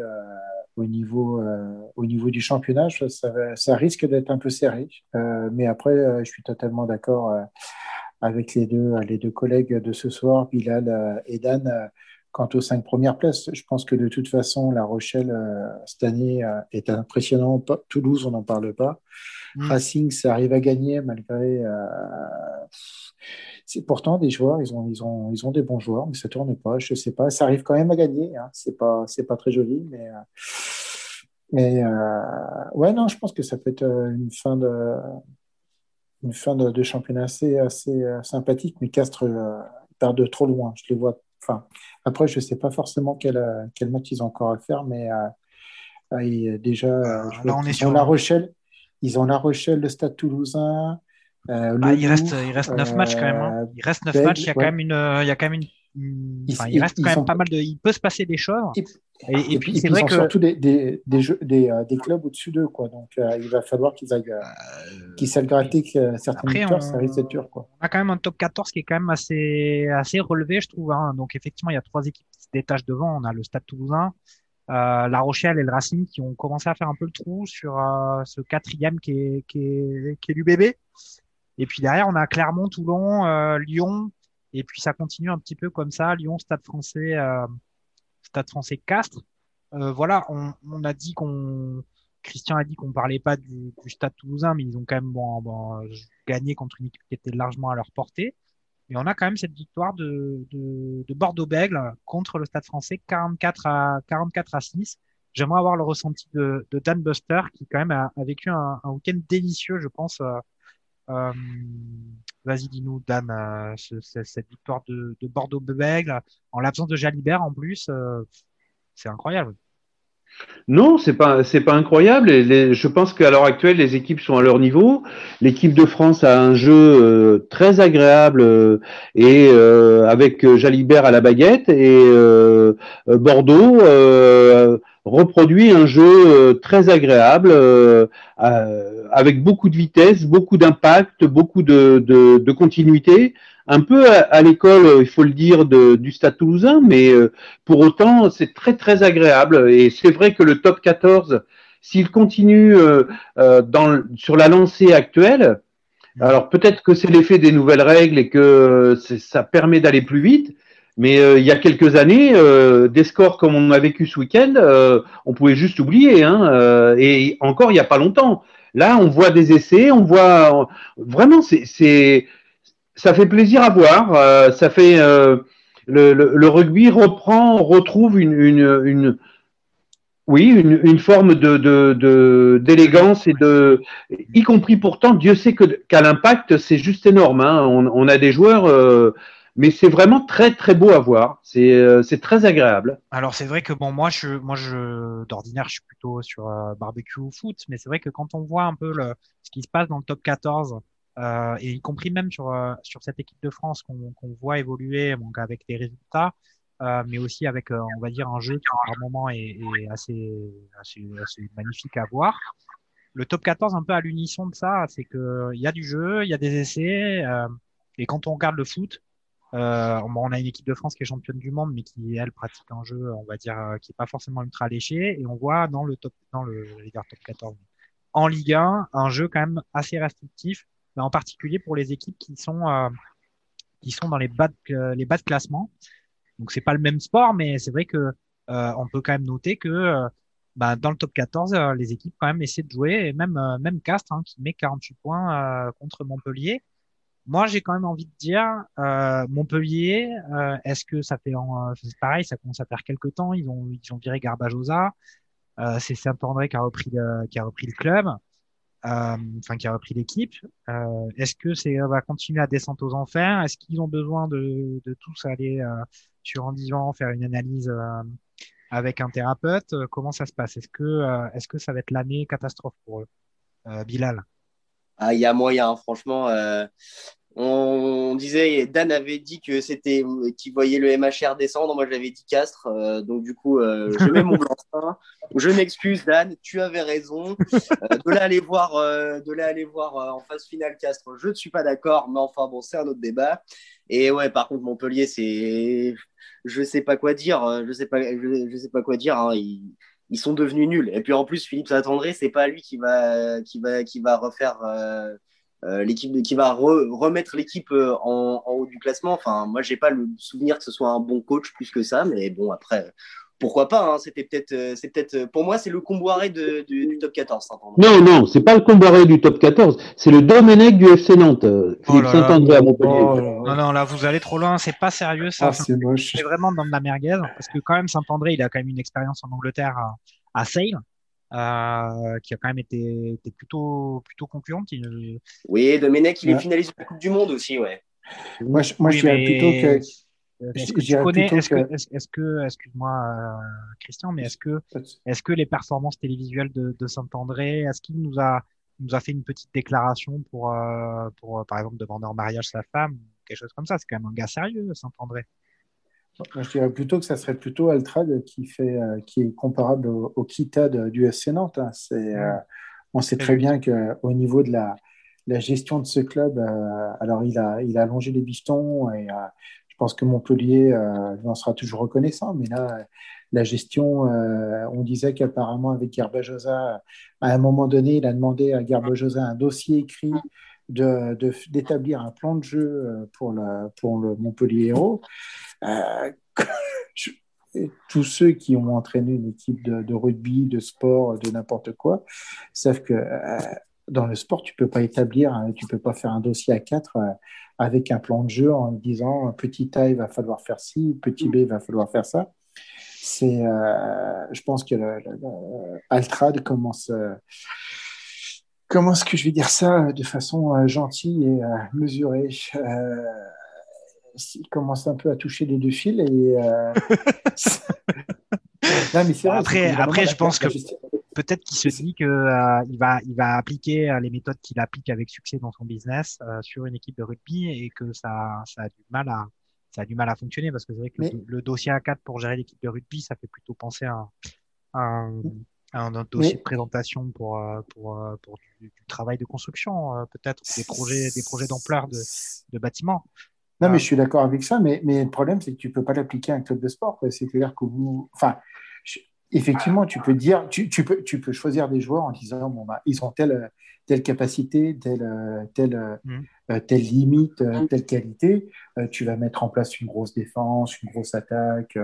au niveau du championnat. Ça risque d'être un peu serré, mais après, je suis totalement d'accord avec les deux collègues de ce soir, Bilal et Dan. Quant aux cinq premières places, je pense que de toute façon, La Rochelle, cette année, est impressionnant. Toulouse, on n'en parle pas. Racing, ça arrive à gagner malgré. C'est pourtant des joueurs, ils ont des bons joueurs, mais ça tourne pas. Je sais pas. Ça arrive quand même à gagner. Hein. C'est pas très joli, ouais, non, je pense que ça peut être une fin de championnat assez sympathique, mais Castres part de trop loin. Je les vois. Enfin, après, je sais pas forcément quel match ils ont encore à faire, mais déjà, je vois Là, on est qu'ils ont sur. La Rochelle, le Stade Toulousain, le Il Louvre, reste 9 matchs quand même. Hein. Il reste 9 matchs. Bègle, ouais. Il y a quand même enfin, il reste Ils quand même sont, pas mal de. Il peut se passer des choses. et, Et et puis, puis, et c'est puis ils vrai ont que surtout des clubs au-dessus d'eux, quoi. Donc, il va falloir qu'ils s'aillent oui. gratter certaines Après, victoires, ça risque d'être dur, quoi. on a quand même un top 14 qui est quand même assez relevé, je trouve. Hein. Donc, effectivement, il y a 3 équipes qui se détachent devant. On a le Stade Toulousain, La Rochelle et le Racing qui ont commencé à faire un peu le trou sur ce quatrième qui est l'UBB. Et puis derrière, on a Clermont, Toulon, Lyon. Et puis ça continue un petit peu comme ça. Lyon, Stade français Castres. Voilà, on a dit Christian a dit qu'on parlait pas du Stade Toulousain, mais ils ont quand même gagné contre une équipe qui était largement à leur portée. Et on a quand même cette victoire de Bordeaux-Bègles contre le Stade français 44 à 6. J'aimerais avoir le ressenti de Dan Buster qui quand même a vécu un week-end délicieux, je pense. Euh, Vas-y, dis-nous, Dan, cette victoire de Bordeaux-Bègles en l'absence de Jalibert en plus, c'est incroyable. Non, c'est pas incroyable. Je pense qu'à l'heure actuelle, les équipes sont à leur niveau. L'équipe de France a un jeu très agréable et avec Jalibert à la baguette et Bordeaux reproduit un jeu très agréable avec beaucoup de vitesse, beaucoup d'impact, beaucoup de continuité. Un peu à l'école, il faut le dire, du Stade Toulousain, mais pour autant, c'est très très agréable et c'est vrai que le top 14, s'il continue sur la lancée actuelle, alors peut-être que c'est l'effet des nouvelles règles et que ça permet d'aller plus vite, mais il y a quelques années, des scores comme on a vécu ce week-end, on pouvait juste oublier, hein, et encore il n'y a pas longtemps. Là, on voit des essais, on voit vraiment, ça fait plaisir à voir, ça fait le rugby retrouve une forme d'élégance et y compris pourtant, Dieu sait qu'à l'impact, c'est juste énorme. Hein. On a des joueurs, mais c'est vraiment très très beau à voir. C'est très agréable. Alors c'est vrai que bon d'ordinaire je suis plutôt sur barbecue ou foot, mais c'est vrai que quand on voit un peu ce qui se passe dans le top 14 et y compris même sur cette équipe de France qu'on voit évoluer donc avec des résultats, mais aussi avec on va dire un jeu qui par moment est assez magnifique à voir. Le top 14 un peu à l'unisson de ça, c'est que il y a du jeu, il y a des essais et quand on regarde le foot on a une équipe de France qui est championne du monde, mais qui, elle, pratique un jeu, on va dire, qui est pas forcément ultra léché. Et on voit j'allais dire top 14, en Ligue 1, un jeu quand même assez restrictif, mais en particulier pour les équipes qui sont dans les bas de classement. Donc, c'est pas le même sport, mais c'est vrai que on peut quand même noter que dans le top 14, les équipes quand même essaient de jouer, et même Castres, hein, qui met 48 points contre Montpellier. Moi, j'ai quand même envie de dire, Montpellier, est-ce que c'est pareil, ça commence à faire quelques temps, ils ont viré Garbajosa, c'est Saint-André qui a repris le club, enfin qui a repris l'équipe. Est-ce que va continuer à descendre aux enfers? Est-ce qu'ils ont besoin de tous aller sur un divan faire une analyse avec un thérapeute? Comment ça se passe? Est-ce que ça va être l'année catastrophe pour eux, Bilal? Ah, il y a moyen, hein, franchement. On disait, Dan avait dit que c'était qu'il voyait le MHR descendre. Moi, j'avais dit Castres. Donc, du coup, je mets mon blanc-seing. Je m'excuse, Dan. Tu avais raison. De là aller voir en phase finale Castres, je ne suis pas d'accord. Mais enfin, bon, c'est un autre débat. Et ouais, par contre, Montpellier, je sais pas quoi dire. Je sais pas quoi dire. Hein. Ils sont devenus nuls. Et puis en plus, Philippe Saint-André, c'est pas lui qui va refaire l'équipe, qui va remettre l'équipe en haut du classement. Enfin, moi, j'ai pas le souvenir que ce soit un bon coach plus que ça, mais bon, après, pourquoi pas, hein, c'est peut-être, pour moi, c'est le Comboiré du top 14. Non, c'est pas le Comboiré du top 14, c'est le Domenech du FC Nantes, Philippe Saint-André à Montpellier. Non, là, vous allez trop loin, c'est pas sérieux, ça. C'est moche. C'est vraiment dans de la merguez, parce que quand même, Saint-André, il a quand même une expérience en Angleterre à Sale, qui a quand même été plutôt concluante. Oui, Domenech, il est finaliste de la Coupe du Monde aussi, ouais. Moi, je dirais plutôt que. Est-ce que tu connais, excuse-moi, Christian, mais est-ce que les performances télévisuelles de Saint-André, est-ce qu'il nous a fait une petite déclaration pour par exemple, demander en mariage sa femme, quelque chose comme ça? C'est quand même un gars sérieux, Saint-André. Moi, je dirais plutôt que ça serait plutôt Altrad qui est comparable au Kita du FC Nantes. Hein. On sait très bien qu'au niveau de la gestion de ce club, alors il a allongé les bifetons et je pense que Montpellier en sera toujours reconnaissant. Mais là, la gestion, on disait qu'apparemment avec Garbajosa, à un moment donné, il a demandé à Garbajosa un dossier écrit d'établir un plan de jeu pour le Montpellier Hérault. Tous ceux qui ont entraîné une équipe de rugby, de sport, de n'importe quoi, savent que dans le sport, tu peux pas faire un dossier à 4 avec un plan de jeu en disant petit A, il va falloir faire ci, petit B, il va falloir faire ça. Je pense que Altrad commence comment est-ce que je vais dire ça de façon gentille et mesurée. Il commence un peu à toucher les deux fils et non, mais c'est vrai, après je pense que peut-être qu'il se dit que il va appliquer les méthodes qu'il applique avec succès dans son business sur une équipe de rugby et que ça a du mal à fonctionner, parce que c'est vrai que le dossier A4 pour gérer l'équipe de rugby, ça fait plutôt penser à un dossier de présentation pour du travail de construction, peut-être des projets d'ampleur de bâtiments. Non, mais je suis d'accord avec ça, mais le problème, c'est que tu ne peux pas l'appliquer à un club de sport. C'est-à-dire que effectivement, tu peux dire, tu peux choisir des joueurs en disant, bon, ils ont telle capacité, telle limite, telle qualité. Tu vas mettre en place une grosse défense, une grosse attaque.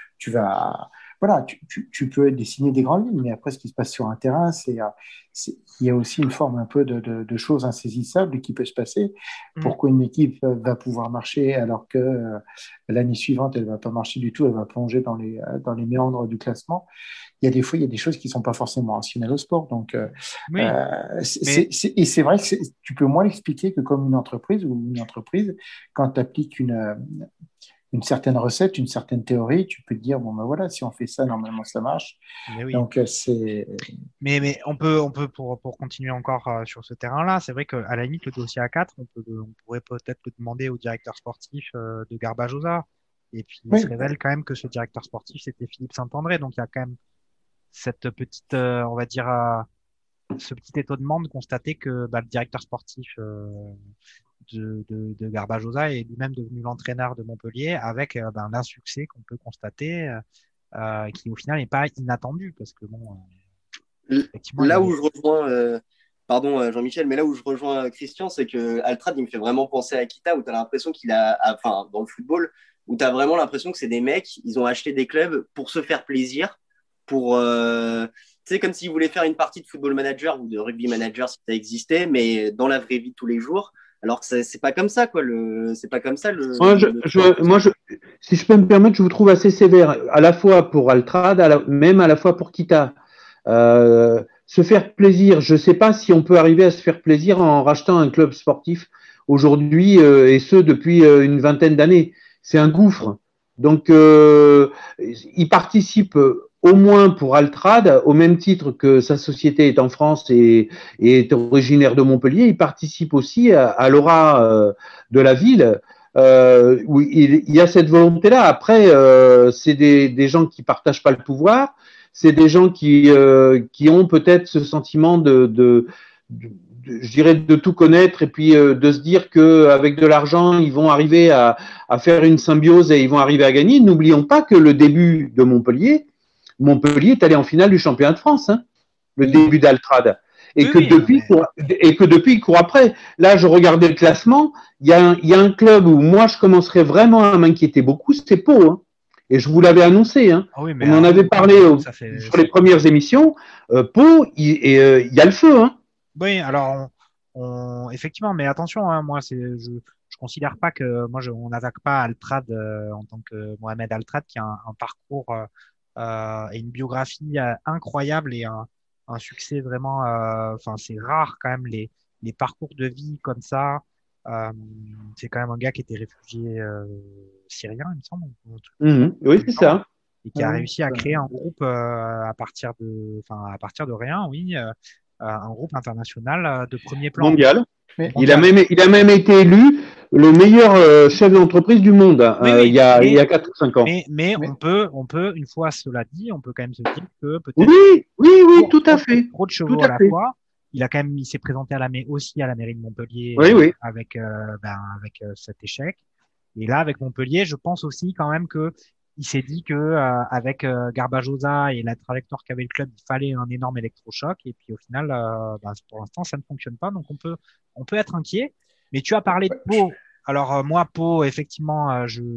Tu peux dessiner des grandes lignes, mais après, ce qui se passe sur un terrain, il y a aussi une forme un peu de choses insaisissables qui peut se passer. Pourquoi une équipe va pouvoir marcher alors que l'année suivante, elle ne va pas marcher du tout, elle va plonger dans les méandres du classement. Il y a des choses qui ne sont pas forcément rationnelles au sport. Donc, et c'est vrai que tu peux moins l'expliquer que comme une entreprise, quand tu appliques une certaine recette, une certaine théorie, tu peux te dire, bon, ben voilà, si on fait ça, normalement, ça marche. Mais oui. Donc, c'est... Mais on peut pour continuer encore sur ce terrain-là, c'est vrai qu'à la limite, le dossier A4, on pourrait peut-être le demander au directeur sportif de Garbajosa. Et puis, il se révèle quand même que ce directeur sportif, c'était Philippe Saint-André. Donc, il y a quand même cette petite, on va dire, ce petit étonnement de constater que le directeur sportif de Garbajosa est lui-même devenu l'entraîneur de Montpellier avec l'insuccès qu'on peut constater, qui au final n'est pas inattendu, parce que bon. Là où je rejoins, pardon Jean-Michel, mais là où je rejoins Christian, c'est que Altrad, il me fait vraiment penser à Akita, où tu as l'impression dans le football, où tu as vraiment l'impression que c'est des mecs, ils ont acheté des clubs pour se faire plaisir, c'est comme s'ils voulaient faire une partie de football manager ou de rugby manager si ça existait, mais dans la vraie vie de tous les jours. Alors que c'est pas comme ça, quoi. C'est pas comme ça. Si je peux me permettre, je vous trouve assez sévère, à la fois pour Altrad, même à la fois pour Kita. Se faire plaisir, je ne sais pas si on peut arriver à se faire plaisir en rachetant un club sportif aujourd'hui, et ce depuis une vingtaine d'années. C'est un gouffre. Donc, il participe au moins pour Altrad, au même titre que sa société est en France et est originaire de Montpellier, il participe aussi à l'aura de la ville, où il y a cette volonté-là. Après, c'est des gens qui partagent pas le pouvoir, c'est des gens qui ont peut-être ce sentiment je dirais de tout connaître et puis de se dire qu'avec de l'argent, ils vont arriver à faire une symbiose et ils vont arriver à gagner. N'oublions pas que le début de Montpellier est allé en finale du championnat de France, hein, le début d'Altrad. Et que depuis, il court après. Là, je regardais le classement. Il y a un club où moi, je commencerais vraiment à m'inquiéter beaucoup, c'est Pau. Hein. Et je vous l'avais annoncé, hein. Ah oui, mais On en avait parlé sur les premières émissions. Pau, il y a le feu, hein. Oui, alors effectivement, mais attention, hein, moi je considère pas que on n'attaque pas Altrad en tant que Mohamed Altrad qui a un parcours et une biographie incroyable et un succès vraiment. Enfin, c'est rare quand même les parcours de vie comme ça. Euh, c'est quand même un gars qui était réfugié syrien, il me semble, ou un truc Oui, du c'est genre, ça. et qui a réussi à créer un groupe à partir de rien, oui. Un groupe international de premier plan. Mondial. Mais, Il a même été élu le meilleur chef d'entreprise du monde il y a 4 ou 5 ans. Mais mais on peut, une fois cela dit, on peut quand même se dire que peut-être Oui, tout à fait. trop de Tout chevaux à à la fait. fois. Il s'est présenté aussi à la mairie de Montpellier Oui. avec cet échec. Et là, avec Montpellier, je pense aussi quand même que il s'est dit que avec Garbajosa et la trajectoire qu'avait le club, il fallait un énorme électrochoc. Et puis au final, pour l'instant, ça ne fonctionne pas. Donc on peut être inquiet. Mais tu as parlé de Pau. Alors moi, Pau, effectivement,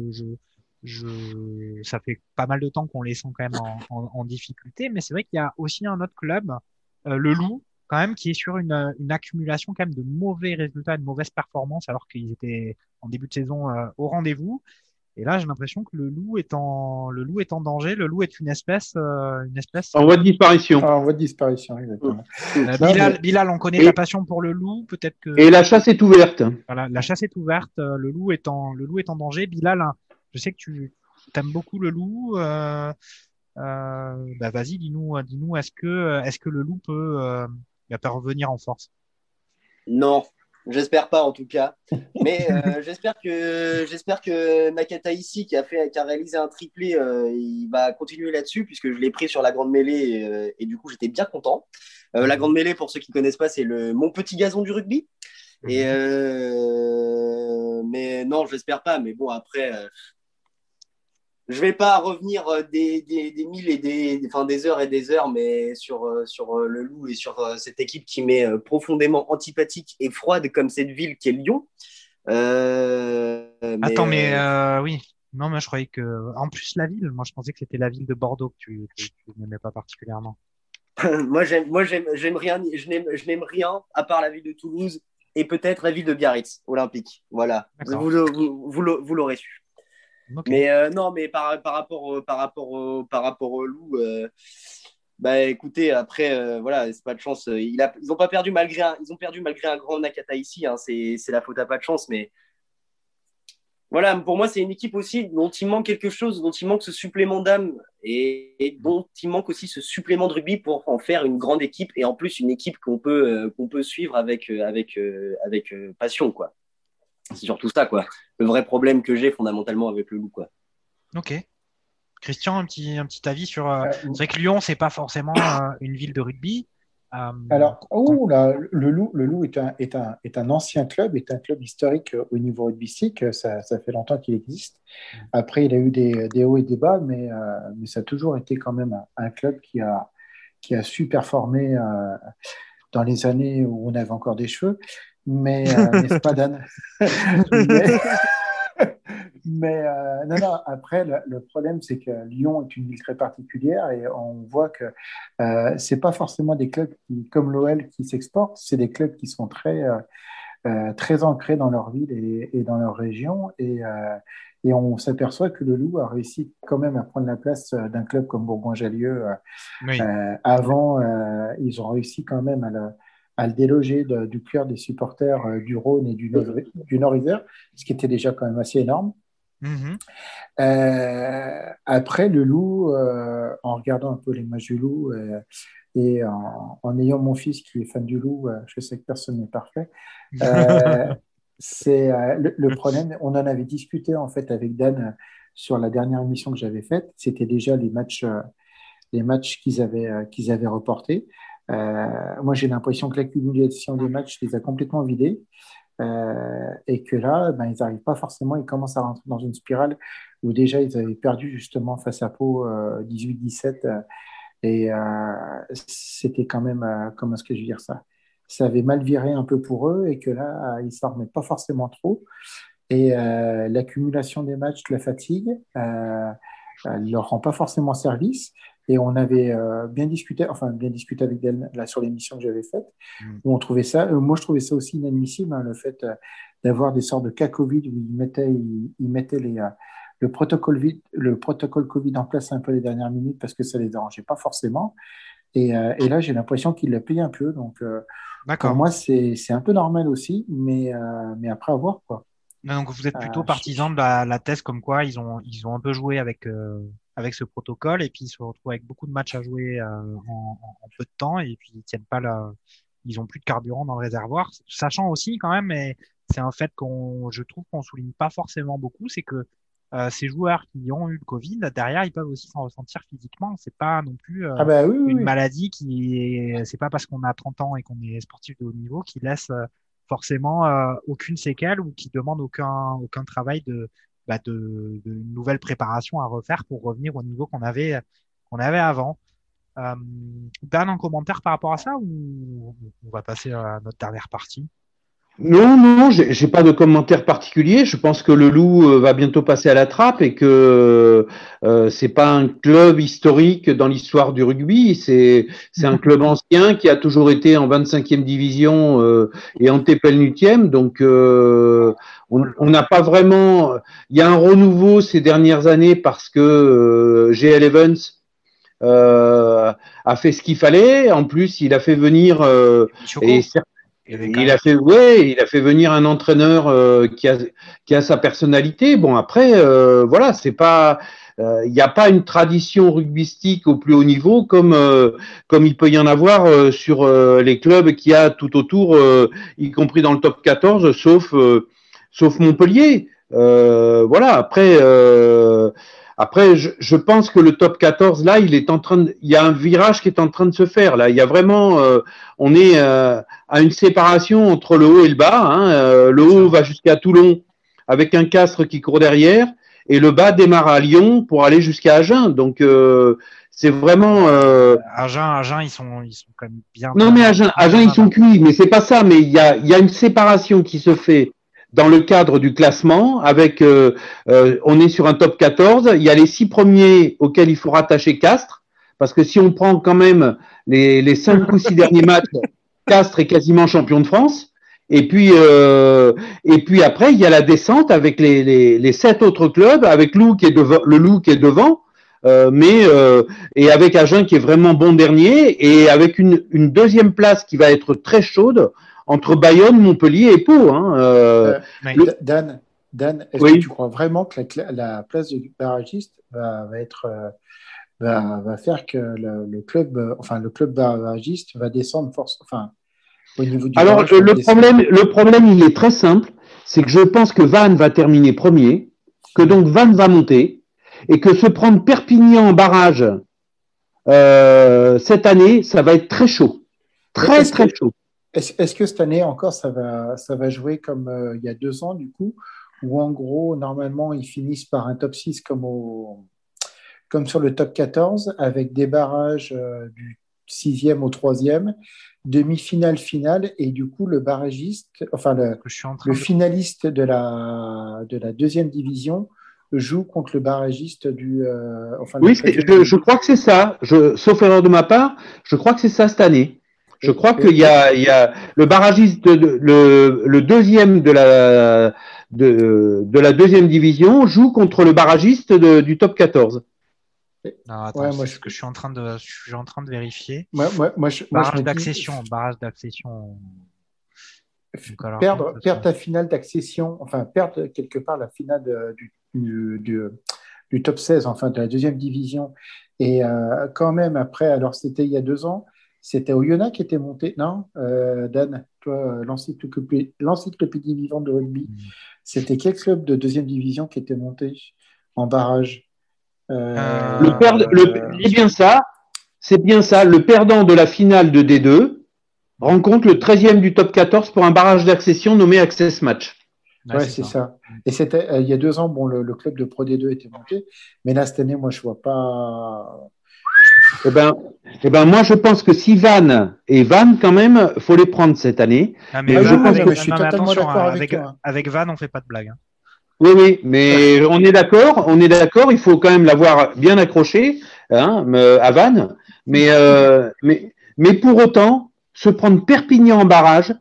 ça fait pas mal de temps qu'on les sent quand même en difficulté. Mais c'est vrai qu'il y a aussi un autre club, le Loup, quand même, qui est sur une accumulation quand même de mauvais résultats, de mauvaises performances, alors qu'ils étaient en début de saison au rendez-vous. Et là, j'ai l'impression que le loup est en danger. Le loup est une espèce. En voie de disparition. en voie de disparition, exactement. Bilal, on connaît ta passion pour le loup. Peut-être que Et la chasse est ouverte. voilà, la chasse est ouverte. Le loup est en danger. Bilal, hein, je sais que tu aimes beaucoup le loup. Vas-y, dis-nous, est-ce que le loup peut revenir en force? Non, j'espère pas en tout cas. Mais j'espère que Nakata ici qui a réalisé un triplé, il va continuer là-dessus puisque je l'ai pris sur la grande mêlée et du coup j'étais bien content. La grande mêlée, pour ceux qui connaissent pas, c'est mon petit gazon du rugby. Et mais non, j'espère pas. Mais bon, après, je vais pas revenir des milles et des heures et des heures, mais sur le Loup et sur cette équipe qui m'est profondément antipathique et froide comme cette ville qui est Lyon. Attends, mais oui. Non, mais je croyais que. En plus, la ville, moi je pensais que c'était la ville de Bordeaux que tu n'aimais pas particulièrement. j'aime rien, je n'aime rien à part la ville de Toulouse et peut-être la ville de Biarritz, olympique. Voilà, vous l'aurez su. Okay. Mais non, mais par rapport au Loup, bah écoutez, après, voilà, c'est pas de chance. Ils ont pas perdu ils ont perdu malgré un grand Nakata ici. Hein, c'est la faute à pas de chance, mais voilà, pour moi, c'est une équipe aussi dont il manque quelque chose, dont il manque ce supplément d'âme et dont il manque aussi ce supplément de rugby pour en faire une grande équipe et en plus une équipe qu'on peut suivre avec passion, quoi. C'est surtout ça, quoi. Le vrai problème que j'ai fondamentalement avec le Loup, quoi. Ok. Christian, un petit avis sur. C'est vrai que Lyon, c'est pas forcément une ville de rugby. Alors, le Loup est un ancien club, est un club historique au niveau rugbystique. Ça fait longtemps qu'il existe. Après, il a eu des hauts et des bas, mais ça a toujours été quand même un club qui a su performer dans les années où on avait encore des cheveux. Mais n'est-ce pas, Dan? Mais non, après, le problème, c'est que Lyon est une ville très particulière et on voit que c'est pas forcément des clubs comme l'OL qui s'exportent, c'est des clubs qui sont très ancrés dans leur ville et dans leur région. Et on s'aperçoit que le Loup a réussi quand même à prendre la place d'un club comme Bourgoin-Jallieu. Oui. Avant, ils ont réussi quand même à le déloger du cœur des supporters du Rhône et du Nord-Isère, ce qui était déjà quand même assez énorme. Après, le Loup, en regardant un peu les matchs du Loup et en ayant mon fils qui est fan du Loup, je sais que personne n'est parfait. C'est le problème. On en avait discuté en fait avec Dan sur la dernière émission que j'avais faite. C'était déjà les matchs qu'ils avaient reportés. Moi, j'ai l'impression que l'accumulation des matchs les a complètement vidés. Et que là, ils n'arrivent pas forcément, ils commencent à rentrer dans une spirale où déjà ils avaient perdu justement face à Pau 18-17 et c'était quand même, comment est-ce que je veux dire ça? Ça avait mal viré un peu pour eux et que là, ils ne s'en remettent pas forcément trop. Et l'accumulation des matchs, la fatigue, elle leur rend pas forcément service. Et on avait bien discuté avec elle là, sur l'émission que j'avais faite, où on trouvait ça, moi je trouvais ça aussi inadmissible, le fait d'avoir des sortes de cas Covid où ils mettaient le protocole Covid en place un peu les dernières minutes parce que ça les dérangeait pas forcément. Et là, j'ai l'impression qu'ils le payent un peu. Donc, pour moi, c'est un peu normal aussi, mais après, à voir, quoi. Donc, vous êtes plutôt partisan de la thèse comme quoi ils ont un peu joué avec ce protocole et puis ils se retrouvent avec beaucoup de matchs à jouer en peu de temps et puis ils tiennent pas ils ont plus de carburant dans le réservoir. Sachant aussi quand même, et c'est un fait je trouve qu'on souligne pas forcément beaucoup, c'est que ces joueurs qui ont eu le Covid, derrière, ils peuvent aussi s'en ressentir physiquement. C'est pas non plus une maladie c'est pas parce qu'on a 30 ans et qu'on est sportif de haut niveau qui laisse forcément aucune séquelle ou qui demande aucun travail de une nouvelle préparation à refaire pour revenir au niveau qu'on avait avant. Dan, un commentaire par rapport à ça ou on va passer à notre dernière partie? Non, j'ai pas de commentaire particulier. Je pense que le Loup va bientôt passer à la trappe et que c'est pas un club historique dans l'histoire du rugby. C'est un club ancien qui a toujours été en 25e division et en TPL8e. Donc on n'a pas vraiment. Il y a un renouveau ces dernières années parce que GL Evans a fait ce qu'il fallait. En plus, il a fait venir il a fait venir un entraîneur qui a sa personnalité. Bon, après, voilà, c'est pas, il n'y a pas une tradition rugbystique au plus haut niveau comme il peut y en avoir sur les clubs qu'il y a tout autour, y compris dans le top 14, sauf Montpellier. Voilà. Après, je pense que le top 14, là, il y a un virage qui est en train de se faire. Là, il y a vraiment, on est à une séparation entre le haut et le bas. Hein. Le haut va jusqu'à Toulon avec un Castres qui court derrière, et le bas démarre à Lyon pour aller jusqu'à Agen. Donc, c'est vraiment. Agen, ils sont quand même bien. Non, mais Agen, ils sont cuits. Mais c'est pas ça. Mais il y a une séparation qui se fait dans le cadre du classement, avec on est sur un top 14, il y a les 6 premiers auxquels il faut rattacher Castres, parce que si on prend quand même les 5 ou 6 derniers matchs, Castres est quasiment champion de France. Et puis après, il y a la descente avec les 7 autres clubs, avec le Loup qui est devant, et avec Agen qui est vraiment bon dernier, et avec une deuxième place qui va être très chaude entre Bayonne, Montpellier et Pau. Dan, est-ce que tu crois vraiment que la place du barragiste va faire que le club barragiste va descendre au niveau du Alors, le problème, il est très simple, c'est que je pense que Vannes va terminer premier, que donc Vannes va monter, et que se prendre Perpignan en barrage cette année, ça va être très chaud. Très chaud. Est-ce que cette année encore, ça va jouer comme il y a 2 ans, du coup, où en gros, normalement, ils finissent par un top 6 comme sur le top 14, avec des barrages du 6e au 3e, demi-finale, finale, et du coup, le barragiste, le finaliste de la 2e division joue contre le barragiste oui, je crois que c'est ça. Sauf erreur de ma part, je crois que c'est ça cette année. Je crois qu'il y a le barragiste, le deuxième de la 2e division joue contre le barragiste du top 14. Non, attends, je suis en train de vérifier. Barrage d'accession. Perdre ta finale d'accession, perdre quelque part la finale du top 16, de la 2e division. Et quand même, après, alors c'était il y a 2 ans, c'était Oyonnax qui était monté, non Dan, toi, l'encyclopédie vivante de rugby, c'était quel club de 2e division qui était monté en barrage c'est bien ça. Le perdant de la finale de D2 rencontre le 13e du top 14 pour un barrage d'accession nommé Access Match. Ouais, c'est ça. Et c'était il y a 2 ans, bon, le club de Pro D2 était monté, mais là, cette année, moi, je vois pas. Eh ben, moi, je pense que si Vannes quand même, faut les prendre cette année. Je suis totalement d'accord avec toi. Avec Vannes, on fait pas de blague. Oui, oui, mais on est d'accord, il faut quand même l'avoir bien accroché, hein, à Vannes. Mais pour autant, se prendre Perpignan en barrage,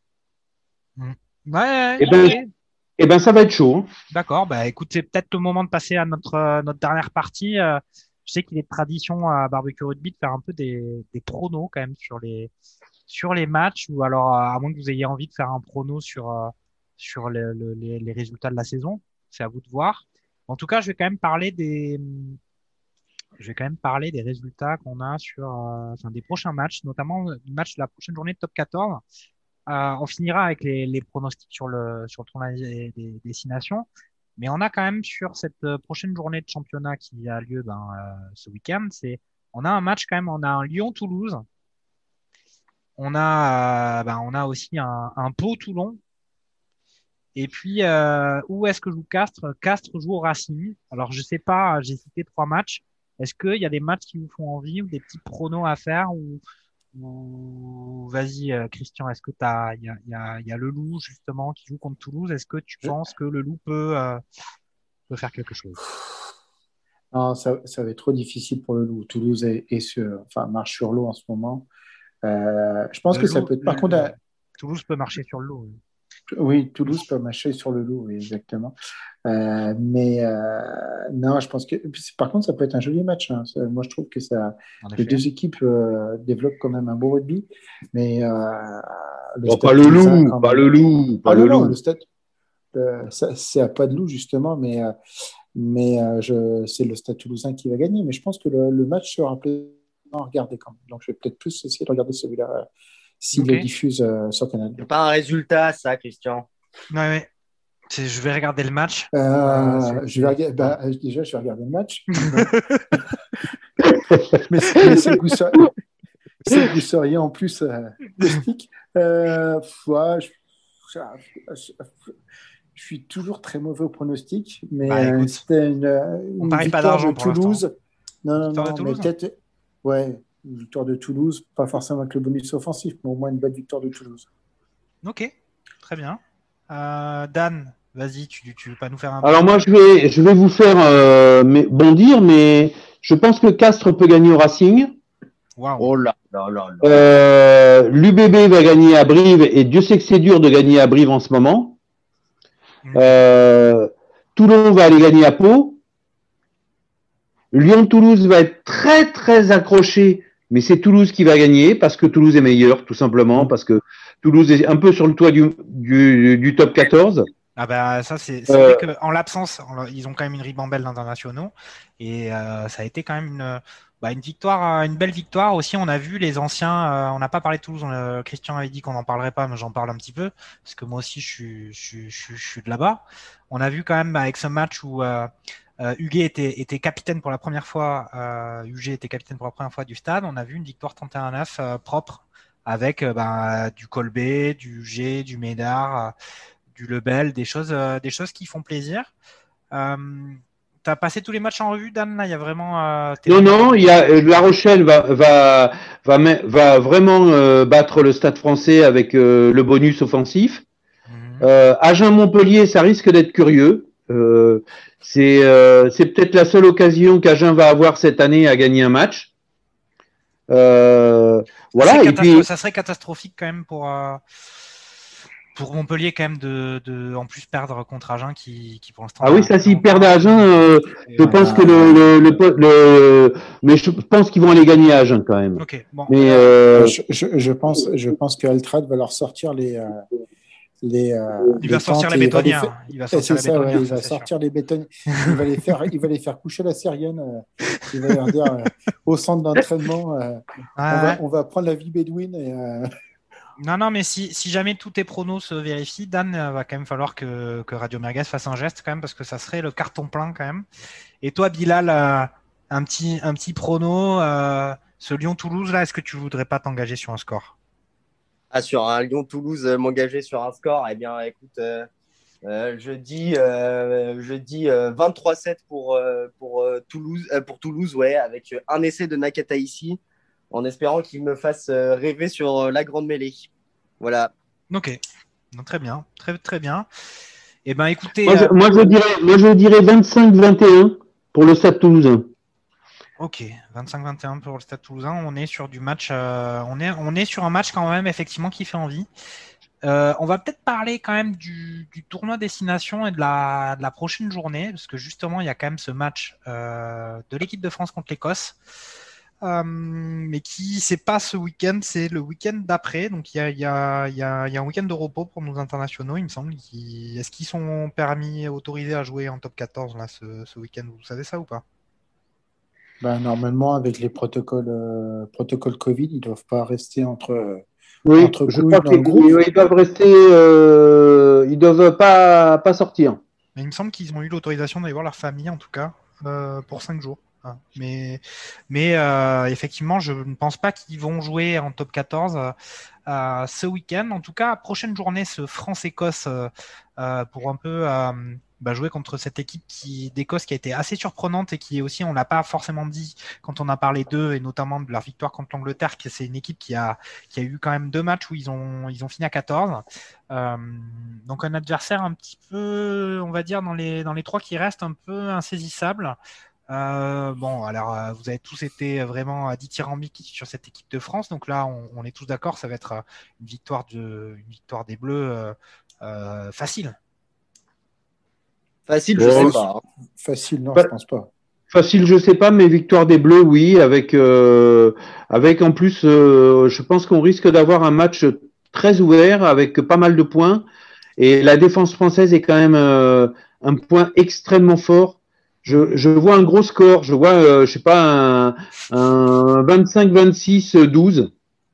Ouais, eh ben, ok. ça va être chaud, hein. D'accord. Bah, écoute, c'est peut-être le moment de passer à notre dernière partie. Je sais qu'il est de tradition à Barbecue Rugby de faire un peu des pronos quand même sur les matchs, ou alors, à moins que vous ayez envie de faire un prono sur les résultats de la saison. C'est à vous de voir. En tout cas, je vais quand même parler des résultats qu'on a enfin, des prochains matchs, notamment le match de la prochaine journée de top 14. On finira avec les pronostics sur le tournoi des destinations. Mais on a quand même sur cette prochaine journée de championnat qui a lieu ce week-end, on a un match quand même, on a un Lyon-Toulouse, on a aussi un Pau-Toulon. Et puis, où est-ce que joue Castres? Castres joue au Racing. Alors, je sais pas, j'ai cité 3 matchs. Est-ce qu'il y a des matchs qui vous font envie ou des petits pronos à faire ou... Vas-y, Christian, est-ce que il y a le Loup justement qui joue contre Toulouse. Est-ce que tu penses que le Loup peut faire quelque chose? Non, ça va être trop difficile pour le Loup. Toulouse enfin, marche sur l'eau en ce moment. Je pense Le que ça Loup, peut être. Par contre, Toulouse peut marcher sur le Loup. oui, Toulouse peut marcher sur le Loup, oui, exactement. Mais non, je pense que. Par contre, ça peut être un joli match, hein. Moi, je trouve que En les effet. deux équipes développent quand même un beau rugby. Mais le Oh, pas Stade le Toulousain, loup, quand pas même. le loup, pas Ah le non, non, le loup. Stade, c'est à pas de loup, justement, mais c'est le Stade Toulousain qui va gagner. Mais je pense que le match sera plaisant à regarder quand même. Donc, je vais peut-être plus essayer de regarder celui-là s'il Ok. le diffuse sur Canal. C'est pas un résultat, ça, Christian. Ouais, ouais. Je vais regarder le match. Déjà, je vais regarder le match. Mais c'est que vous seriez en plus caustique. Ouais, je suis toujours très mauvais au pronostic, mais Bah écoute, c'était on une parie pas victoire de d'argent pour l'instant. Toulouse. Non, non, Victoire de non, mais Toulouse? peut-être, ouais, une victoire de Toulouse, pas forcément avec le bonus offensif, mais au moins une belle victoire de Toulouse. Ok, très bien. Dan, vas-y, tu veux pas nous faire un Alors moi, prono? je vais vous faire bondir, mais je pense que Castres peut gagner au Racing. Waouh. Oh là là là là. L'UBB va gagner à Brive, et Dieu sait que c'est dur de gagner à Brive en ce moment. Ok. Toulon va aller gagner à Pau. Lyon-Toulouse va être très très accroché, mais c'est Toulouse qui va gagner parce que Toulouse est meilleur, tout simplement, parce que Toulouse est un peu sur le toit du top 14. Ah bah ça c'est vrai Euh, qu'en l'absence, ils ont quand même une ribambelle d'internationaux et ça a été quand même une victoire, une belle victoire aussi. On a vu les anciens, on n'a pas parlé de Toulouse, Christian avait dit qu'on n'en parlerait pas, mais j'en parle un petit peu parce que moi aussi je suis de là-bas. On a vu quand même avec ce match où Huguet était capitaine pour la première fois, Huguet était capitaine pour la première fois du stade. On a vu une victoire 31-9 propre avec du Colbé, du Huguet, du Médard, du Lebel, des choses qui font plaisir. Euh, tu as passé tous les matchs en revue, Dan? Là, il y a vraiment tes non, meilleurs. non, il y a La Rochelle va vraiment battre le Stade Français avec le bonus offensif. Mhm. Agen-Montpellier, ça risque d'être curieux. C'est peut-être la seule occasion qu'Agen va avoir cette année à gagner un match. Voilà, et puis Ça serait catastrophique quand même pour Montpellier quand même de en plus perdre contre Agen qui pour l'instant ah oui, ça s'ils perdent encore à un Agen, et je ouais. pense que mais je pense qu'ils vont aller gagner à Agen quand même. Ok, bon. Mais Je pense que Altrad va leur sortir Il les va sortir tentes les et il va les bétonnières. faire. Il va Et sortir c'est les ça, ouais, bétonnières, il ça va c'est sûr. sortir les bétonnières. Il va les faire coucher la Syrienne. Il va leur dire au centre d'entraînement, on va, Ouais. on va prendre la vie bédouine. Non, non, mais si jamais tous tes pronos se vérifient, Dan, va quand même falloir que Radio Merguez fasse un geste quand même, parce que ça serait le carton plein quand même. Et toi, Bilal, un petit prono, ce Lyon-Toulouse, là, est-ce que tu voudrais pas t'engager sur un score? Ah, sur un Lyon-Toulouse, m'engager sur un score, eh bien, écoute, je dis 23-7 pour Toulouse, ouais, avec un essai de Nakata ici, en espérant qu'il me fasse rêver sur la grande mêlée. Voilà. Ok, non, très bien, très très bien. Eh ben, écoutez, Moi, je dirais 25-21 pour le Stade Toulousain. ok, 25-21 pour le Stade Toulousain. On est sur du match. On est sur un match quand même effectivement qui fait envie. On va peut-être parler quand même du tournoi destination et de la prochaine journée, parce que justement, il y a quand même ce match de l'équipe de France contre l'Écosse, mais qui c'est pas ce week-end, c'est le week-end d'après. Donc il y a un week-end de repos pour nos internationaux, il me semble. Est-ce qu'ils sont permis, autorisés à jouer en top 14 là, ce week-end? Vous savez ça ou pas? Ben, normalement, avec les protocoles Covid, ils ne doivent pas rester Oui, entre je couilles crois dans le groupe. qu'ils doivent rester, ils doivent pas sortir. Mais il me semble qu'ils ont eu l'autorisation d'aller voir leur famille, en tout cas, pour 5 jours. Hein. Mais effectivement, je ne pense pas qu'ils vont jouer en top 14 ce week-end. En tout cas, prochaine journée, ce France-Écosse pour un peu jouer contre cette équipe d'Écosse qui a été assez surprenante et qui est aussi, on l'a pas forcément dit quand on a parlé d'eux et notamment de leur victoire contre l'Angleterre, que c'est une équipe qui a eu quand même 2 matchs où ils ont fini à 14. Donc un adversaire un petit peu, on va dire, dans les 3 qui restent, un peu insaisissable. Vous avez tous été vraiment dithyrambiques sur cette équipe de France. Donc là, on est tous d'accord, ça va être une victoire des Bleus facile. Facile, je sais pas. Facile, non, je pense pas. Facile, je sais pas, mais victoire des Bleus, oui, avec en plus, je pense qu'on risque d'avoir un match très ouvert avec pas mal de points. Et la défense française est quand même un point extrêmement fort. Je vois un gros score, je vois, je sais pas, un 25-26-12.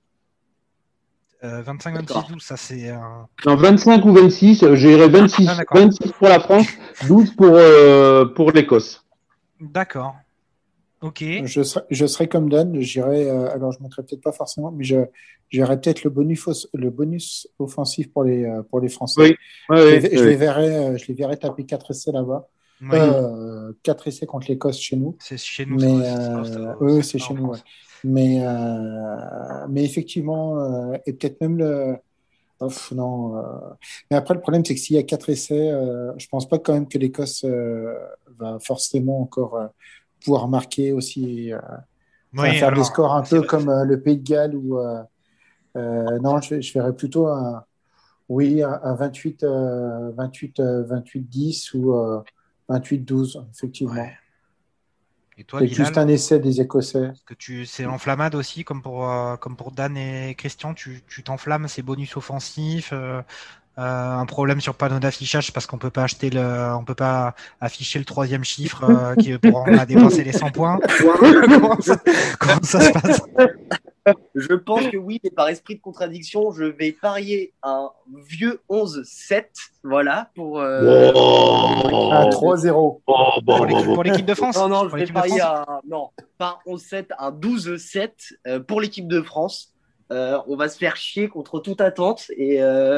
25-26-12, ça c'est Non, 25 ou 26, j'irai 26, 26 pour la France, 12 pour l'Écosse. D'accord. Ok. Je serais comme Dan, j'irais, alors je ne mettrais peut-être pas forcément, mais j'irais peut-être le bonus offensif pour les Français. Oui. Je les verrais taper 4 essais là-bas. Oui. 4 essais contre l'Écosse chez nous. C'est chez nous. Mais c'est chez nous, ouais. Mais effectivement, et peut-être même non. Mais après, le problème, c'est que s'il y a 4 essais, je pense pas quand même que l'Écosse va forcément encore pouvoir marquer aussi, faire des scores un peu comme le Pays de Galles ou non, je verrais plutôt un 28, 10 ou 28-12, effectivement. Ouais. Et toi, c'est Bilal, juste un essai des Écossais. C'est l'enflammade aussi, comme pour Dan et Christian, tu t'enflammes, c'est bonus offensif. Un problème sur panneau d'affichage parce qu'on peut pas on peut pas afficher le 3e chiffre on a dépassé les 100 points. comment ça se passe? Je pense que oui, mais par esprit de contradiction, je vais parier un vieux 11-7, voilà, pour... un 3-0. Pour l'équipe de France? Non, je vais parier pas un 11-7, un 12-7 pour l'équipe de France. On va se faire chier contre toute attente et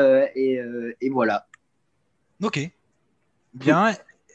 voilà. Ok. Bien.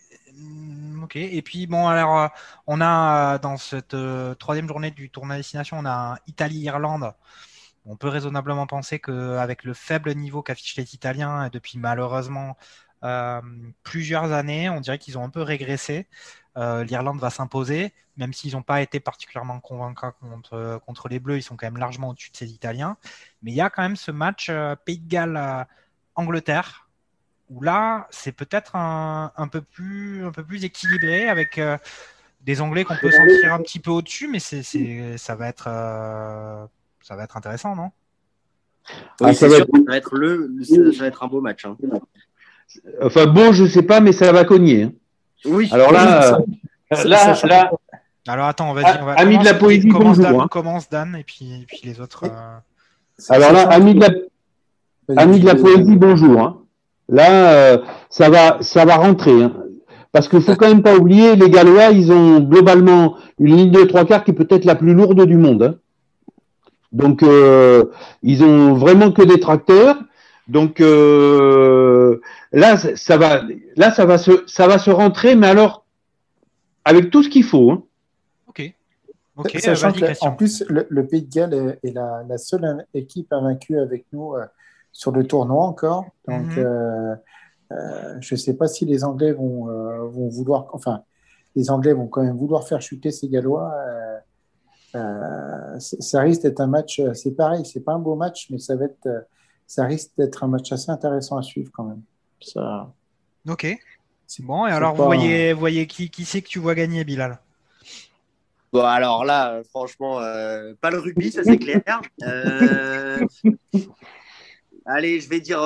Ok. Et puis bon, alors on a dans cette 3e journée du tournoi destination, on a Italie-Irlande. On peut raisonnablement penser qu'avec le faible niveau qu'affichent les Italiens depuis malheureusement plusieurs années, on dirait qu'ils ont un peu régressé. L'Irlande va s'imposer, même s'ils n'ont pas été particulièrement convaincants contre les Bleus, ils sont quand même largement au-dessus de ces Italiens. Mais il y a quand même ce match Pays de Galles-Angleterre, où là, c'est peut-être un peu plus équilibré, avec des Anglais qu'on peut sentir un petit peu au-dessus, mais ça va être intéressant, non? Oui, c'est sûr, ça va être un beau match. Hein. Enfin bon, je sais pas, mais ça va cogner. Hein. Oui. Alors là, alors attends, vas-y. Amis de la poésie, bonjour. Commence Dan et puis les autres. Alors là, amis de la poésie, bonjour. Hein. Là, ça va rentrer. Hein. Parce qu'il faut quand même pas oublier, les Gallois, ils ont globalement une ligne de 3/4 qui est peut-être la plus lourde du monde. Hein. Donc, ils ont vraiment que des tracteurs. Donc là, ça va se rentrer, mais alors avec tout ce qu'il faut. Hein. Ok. Sachant en plus, le Pays de Galles est la seule équipe invaincue avec nous sur le tournoi encore. Donc, Je ne sais pas si les Anglais vont vouloir, enfin, les Anglais vont quand même vouloir faire chuter ces Gallois. Ça risque d'être un match, c'est pareil, c'est pas un beau match, mais ça risque d'être un match assez intéressant à suivre quand même. Ça, Ok. c'est Bon, et c'est alors, pas. vous voyez qui c'est que tu vois gagner, Bilal? Bon, alors là, franchement, pas le rugby, ça c'est clair. Allez,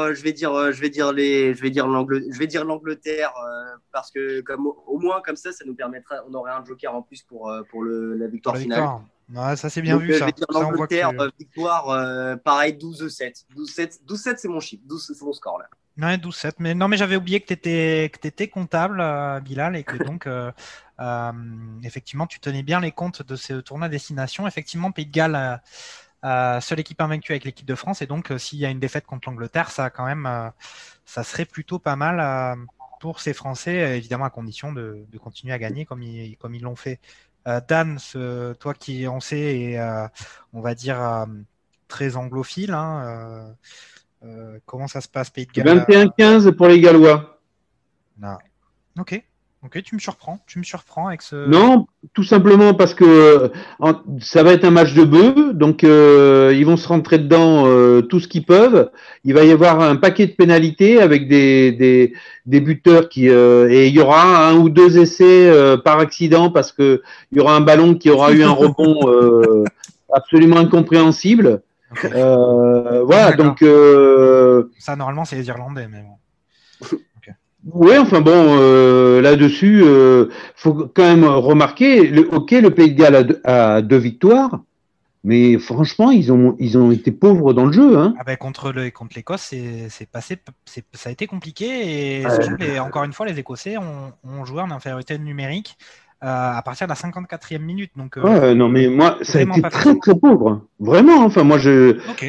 je vais dire l'Angleterre parce que comme au moins comme ça nous permettra, on aurait un joker en plus pour la Pour victoire la finale. victoire. Ouais, ça, c'est bien Donc vu, je vais ça. dire Ça, on voit que l'Angleterre, tu. victoire, pareil 12-7. 12-7, c'est mon chiffre, 12, c'est mon score là. Ouais, 12-7. Mais non, mais j'avais oublié que tu étais comptable, Bilal, et que donc, euh, effectivement, tu tenais bien les comptes de ce tournoi destination. Effectivement, Pays de Galles, seule équipe invaincue avec l'équipe de France. Et donc, s'il y a une défaite contre l'Angleterre, ça, quand même, ça serait plutôt pas mal pour ces Français, évidemment, à condition de continuer à gagner comme ils l'ont fait. Dan, toi qui en sais, et on va dire très anglophile, hein, comment ça se passe, Pays de Galles? 21-15 pour les Gallois. Non. Ok, ok, tu me surprends avec ce. Non, tout simplement parce que ça va être un match de bœufs, donc ils vont se rentrer dedans tout ce qu'ils peuvent. Il va y avoir un paquet de pénalités avec des buteurs et il y aura un ou deux essais par accident parce que il y aura un ballon qui aura eu un rebond absolument incompréhensible. Ok, Voilà, d'accord. donc Ça, normalement, c'est les Irlandais, mais bon. Ok. ouais, enfin bon, là-dessus, faut quand même remarquer, le Pays de Galles a deux victoires, mais franchement, ils ont été pauvres dans le jeu, hein. Ah ben, contre l'Écosse, c'est passé, ça a été compliqué et surtout, encore une fois, les Écossais ont joué en infériorité numérique à partir de la 54e minute, donc Non, mais moi, ça a vraiment été pas très facile. très pauvre, vraiment. Enfin, moi, Ok.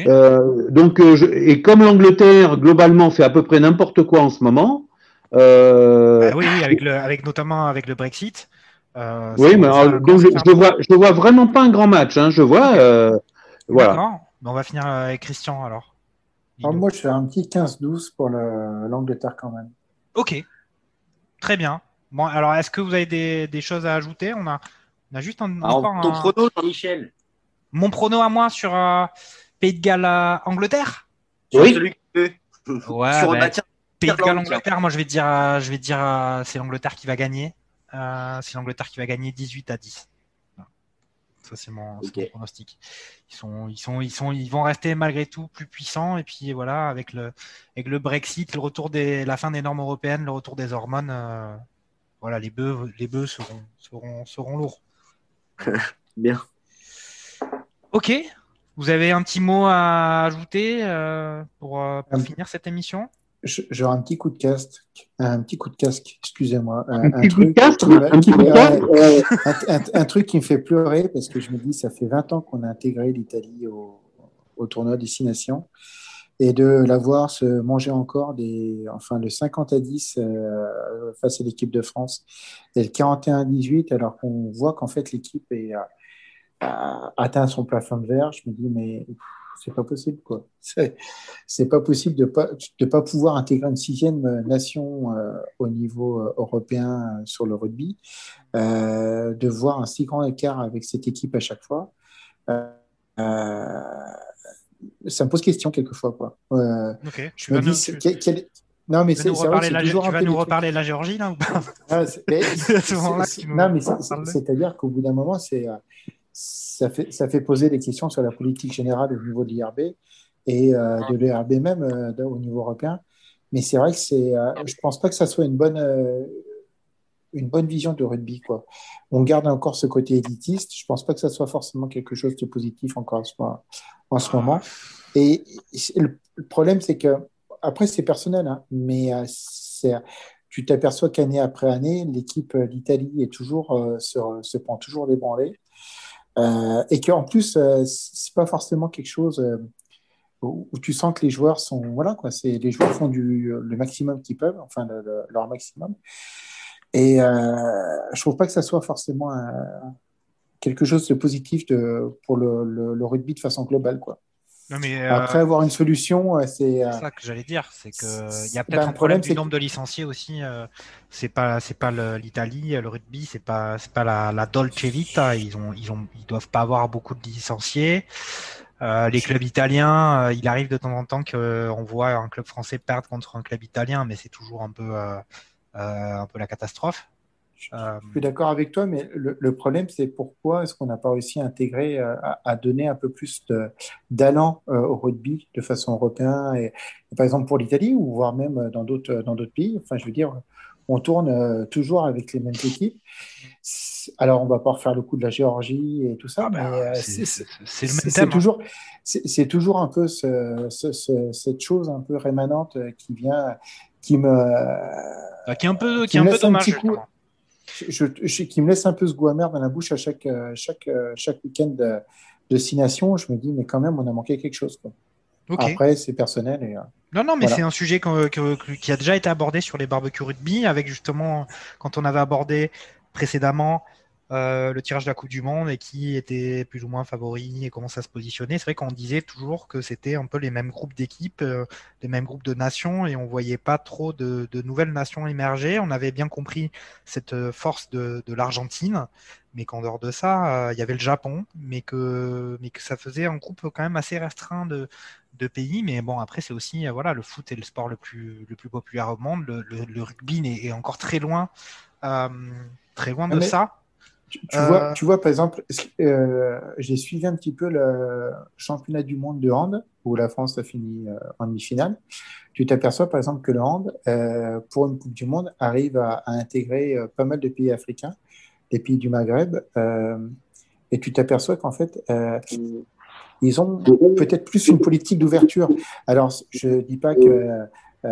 et comme l'Angleterre globalement fait à peu près n'importe quoi en ce moment, Bah euh, oui, oui, avec notamment avec le Brexit, oui, mais alors, ça donc commence à faire. je vois vraiment pas un grand match, hein. Je vois, Ok, voilà. d'accord. Bon, on va finir avec Christian alors. Alors, Dis-nous. moi, je fais un petit 15-12 pour l'Angleterre quand même. Ok, très bien. Bon, alors est-ce que vous avez des choses à ajouter? On a juste Alors, encore ton un. prono, Jean-Michel, Mon prono à moi sur Pays de Galles Angleterre? sur Oui. celui que tu veux. Ouais, Sur ben, bah, tiens, Pays de Galles Irlande, tiens. Angleterre, moi je vais dire c'est l'Angleterre qui va gagner. C'est l'Angleterre qui va gagner 18-10. Voilà. Ça c'est mon Ok. pronostic. Ils vont rester malgré tout plus puissants et puis voilà avec le Brexit, la fin des normes européennes, le retour des hormones, voilà les bœufs seront lourds. Bien. Ok. Vous avez un petit mot à ajouter pour Un- finir cette émission? J'aurai un petit coup de casque, excusez-moi, Un un petit bout de truc casse, qui m'a, un petit bout de casse. ouais, un truc qui me fait pleurer parce que je me dis, ça fait 20 ans qu'on a intégré l'Italie au tournoi Destination et de la voir se manger encore enfin, le 50-10 face à l'équipe de France et le 41-18, alors qu'on voit qu'en fait l'équipe a atteint son plafond de verre. Je me dis, mais c'est pas possible, quoi. C'est pas possible de pas pouvoir intégrer une sixième nation au niveau européen sur le rugby, de voir un si grand écart avec cette équipe à chaque fois. Euh, Ça me pose question quelquefois, quoi. Ok. Je me dis, non, mais Tu vas nous c'est vrai que reparler c'est toujours tu un vas peu nous des trucs. reparler de la Géorgie là ou pas? Ah, C'est à ce moment-là que tu non, nous mais parles. c'est-à-dire qu'au bout d'un moment, ça fait poser des questions sur la politique générale au niveau de l'IRB et de l'IRB même au niveau européen. Mais c'est vrai que je pense pas que ça soit une bonne vision de rugby, quoi. On garde encore ce côté élitiste. Je pense pas que ça soit forcément quelque chose de positif encore en ce Ah, moment. Et le problème, c'est que, après, c'est personnel, hein, mais tu t'aperçois qu'année après année, l'équipe d'Italie est toujours, se prend toujours des branlées. Et qu'en plus, c'est pas forcément quelque chose où tu sens que les joueurs sont, voilà, quoi, les joueurs font le maximum qu'ils peuvent, enfin, leur maximum. Et je trouve pas que ça soit forcément quelque chose de positif pour le rugby de façon globale, quoi. Non, mais Après, avoir une solution, c'est ça que j'allais dire, c'est que il y a peut-être un le problème, problème du c'est que nombre de licenciés aussi. C'est pas l'Italie, le rugby, c'est pas la Dolce Vita. Ils doivent pas avoir beaucoup de licenciés. Les clubs italiens, il arrive de temps en temps qu'on voit un club français perdre contre un club italien, mais c'est toujours un peu la catastrophe. je Euh, suis d'accord avec toi, mais le problème, c'est pourquoi est-ce qu'on n'a pas réussi à intégrer, à donner un peu plus d'allant au rugby de façon européenne, et par exemple pour l'Italie, ou voire même dans d'autres pays. Enfin, je veux dire, on tourne toujours avec les mêmes équipes. Alors, on va pas refaire le coup de la Géorgie et tout ça, ah ben, mais c'est le même c'est thème, hein. toujours, c'est toujours un peu cette chose un peu rémanente qui vient, qui me, Qui est qui me un peu laisse un dommage petit coup, justement. qui me laisse un peu ce goût amer dans la bouche à chaque week-end de destination. Je me dis, mais quand même, on a manqué quelque chose, quoi. Ok. Après, c'est personnel et Non, non, mais c'est voilà. un sujet qui a déjà été abordé sur les barbecues rugby, avec justement, quand on avait abordé précédemment le tirage de la Coupe du Monde et qui était plus ou moins favori et comment ça se positionnait. C'est vrai qu'on disait toujours que c'était un peu les mêmes groupes d'équipes, les mêmes groupes de nations, et on voyait pas trop de nouvelles nations émerger. On avait bien compris cette force de l'Argentine, mais qu'en dehors de ça, il y avait le Japon, mais que ça faisait un groupe quand même assez restreint de pays. Mais bon, après, c'est aussi, voilà, le foot est le sport le plus populaire au monde. Le rugby est encore euh, très loin Ah, de mais ça. Euh, tu vois, par exemple, j'ai suivi un petit peu le championnat du monde de hand, où la France a fini en demi-finale. Tu t'aperçois, par exemple, que le hand, pour une Coupe du Monde, arrive à intégrer pas mal de pays africains, des pays du Maghreb, et tu t'aperçois qu'en fait, ils ont peut-être plus une politique d'ouverture. Alors, je ne dis pas que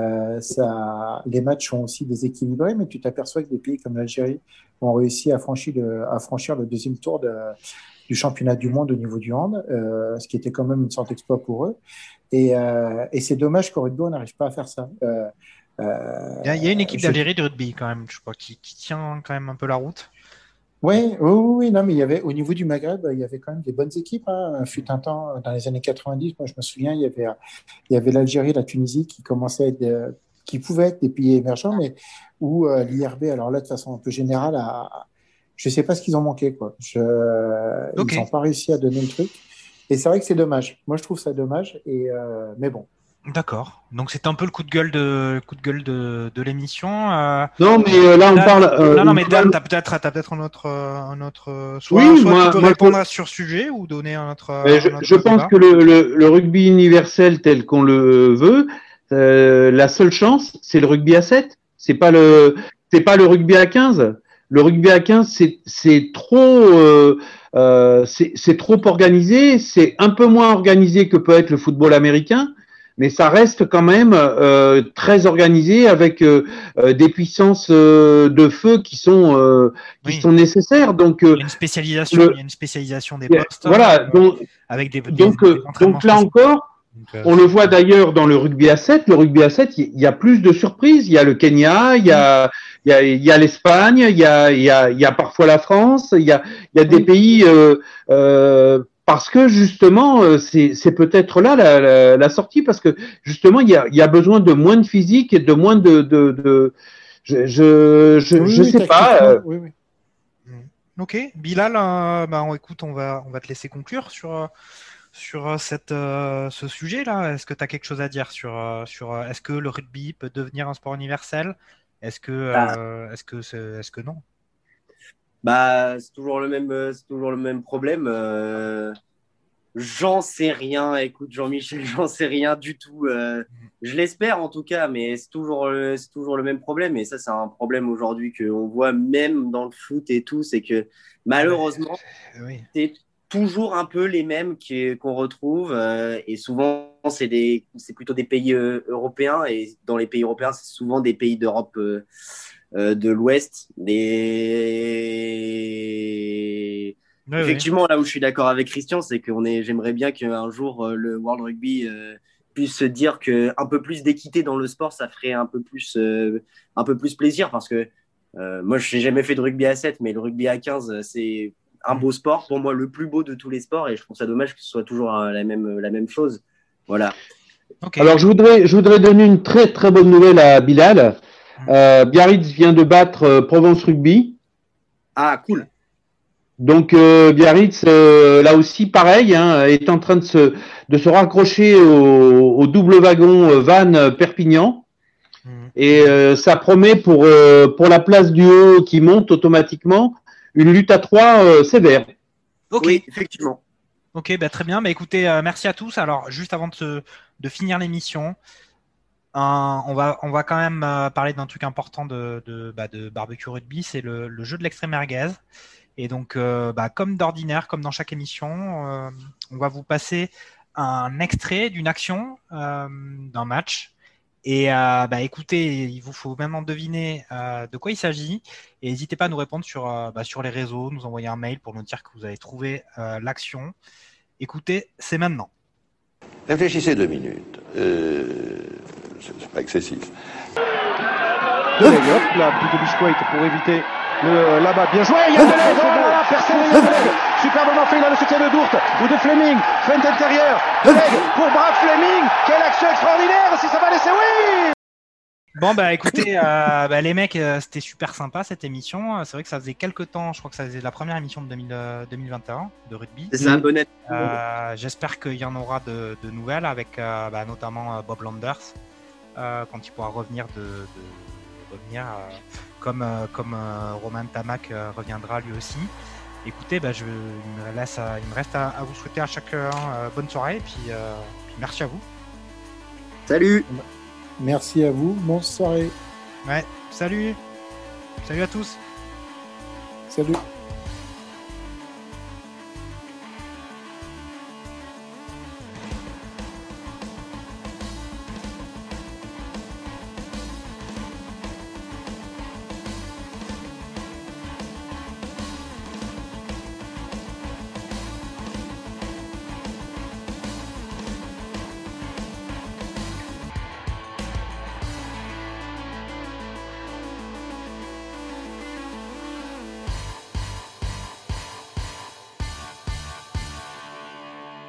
les matchs sont aussi déséquilibrés, mais tu t'aperçois que des pays comme l'Algérie ont réussi à franchir le deuxième tour du championnat du monde au niveau du hand, ce qui était quand même une sorte d'exploit pour eux. Et c'est dommage qu'au rugby, on n'arrive pas à faire ça. il y a une équipe Je d'Algérie de rugby quand même, je crois, qui tient quand même un peu la route. Oui, oui, oui, non, mais il y avait, au niveau du Maghreb, il y avait quand même des bonnes équipes, hein. Fut un temps, dans les années 90, moi je me souviens, il y avait l'Algérie, la Tunisie qui commençaient à être, qui pouvaient être des pays émergents, mais où l'IRB, alors là, de façon un peu générale, je sais pas ce qu'ils ont manqué, quoi. Ok, Ils n'ont pas réussi à donner le truc. Et c'est vrai que c'est dommage. Moi, je trouve ça dommage. Mais bon. d'accord. Donc c'est un peu le coup de gueule de l'émission. Non, mais là, Dan, non, non, mais Dan, Johan, t'as peut-être un autre, oui, soit tu peux moi, répondre sur ce sujet ou donner mais un je autre pense débat. que le rugby universel tel qu'on le veut, la seule chance, c'est le rugby à 7. C'est pas le rugby à 15. Le rugby à 15, c'est trop organisé. C'est un peu moins organisé que peut être le football américain, mais ça reste quand même très organisé avec des puissances de feu qui Oui, sont nécessaires. Donc, il y a une spécialisation des yeah, postes voilà. avec des entraînements Donc là spécifiques. encore, Donc, on le voit d'ailleurs dans le rugby à 7. Le rugby à 7, il y a plus de surprises. Il y a le Kenya, mm, il y a l'Espagne, il y a parfois la France, il y a des Oui, pays parce que justement, c'est peut-être là la sortie parce que justement, il y a besoin de moins de physique et de moins oui, je oui, sais pas. tactiquement, oui, oui. mm. Ok, Bilal, écoute, on va te laisser conclure sur ce sujet-là. Est-ce que tu as quelque chose à dire est-ce que le rugby peut devenir un sport universel? Bah, Est-ce que non? c'est toujours le même problème. J'en sais rien. Écoute, Jean-Michel, j'en sais rien du tout. Je l'espère en tout cas, mais c'est toujours le même problème. Et ça, c'est un problème aujourd'hui qu'on voit même dans le foot et tout. C'est que Ah ben, malheureusement, oui. c'est toujours un peu les mêmes qu'on retrouve. Et souvent, c'est plutôt des pays européens. Et dans les pays européens, c'est souvent des pays d'Europe de l'Ouest. Oui, oui. Effectivement, là où je suis d'accord avec Christian, c'est j'aimerais bien qu'un jour le World Rugby puisse se dire que un peu plus d'équité dans le sport, ça ferait un peu plus plaisir parce que moi, je n'ai jamais fait de rugby à 7, mais le rugby à 15, c'est un beau sport, pour moi le plus beau de tous les sports, et je trouve ça dommage que ce soit toujours la même chose. Voilà. Okay. Alors je voudrais donner une très très bonne nouvelle à Bilal. Biarritz vient de battre Provence Rugby. Ah, cool. Donc Biarritz, là aussi pareil, hein, est en train de se raccrocher au double wagon Vannes-Perpignan. Et ça promet pour la place du haut qui monte automatiquement une lutte à 3 sévère. Ok, oui, effectivement. Ok, bah, très bien. Bah, écoutez, merci à tous. Alors, juste avant de finir l'émission, on va quand même parler d'un truc important de barbecue rugby, c'est le jeu de l'extrême merguez. Et donc, comme d'ordinaire, comme dans chaque émission, on va vous passer un extrait d'une action d'un match. Et écoutez, il vous faut maintenant deviner de quoi il s'agit. Et n'hésitez pas à nous répondre sur les réseaux, nous envoyer un mail pour nous dire que vous avez trouvé l'action. Écoutez, c'est maintenant. Réfléchissez 2 minutes. C'est pas excessif. Hop là, plutôt Biscuit pour éviter là-bas. Bien joué, il y a Deleuze, oh là là, personne n'est Deleuze. Superbement fait, il a le soutien de Dourte ou de Fleming. Feinte intérieure. Pour Brad Fleming. Quelle action extraordinaire, si ça va laisser, oui. Bon, écoutez, les mecs, c'était super sympa cette émission. C'est vrai que ça faisait quelques temps, je crois que ça faisait la première émission de 2021 de rugby. C'est un bonnet. J'espère qu'il y en aura de nouvelles avec notamment Bob Landers quand il pourra revenir comme Romain Tamac reviendra lui aussi. Écoutez, il me reste à vous souhaiter à chacun bonne soirée et puis merci à vous. Salut. Merci à vous, bonne soirée. Ouais, salut à tous. Salut.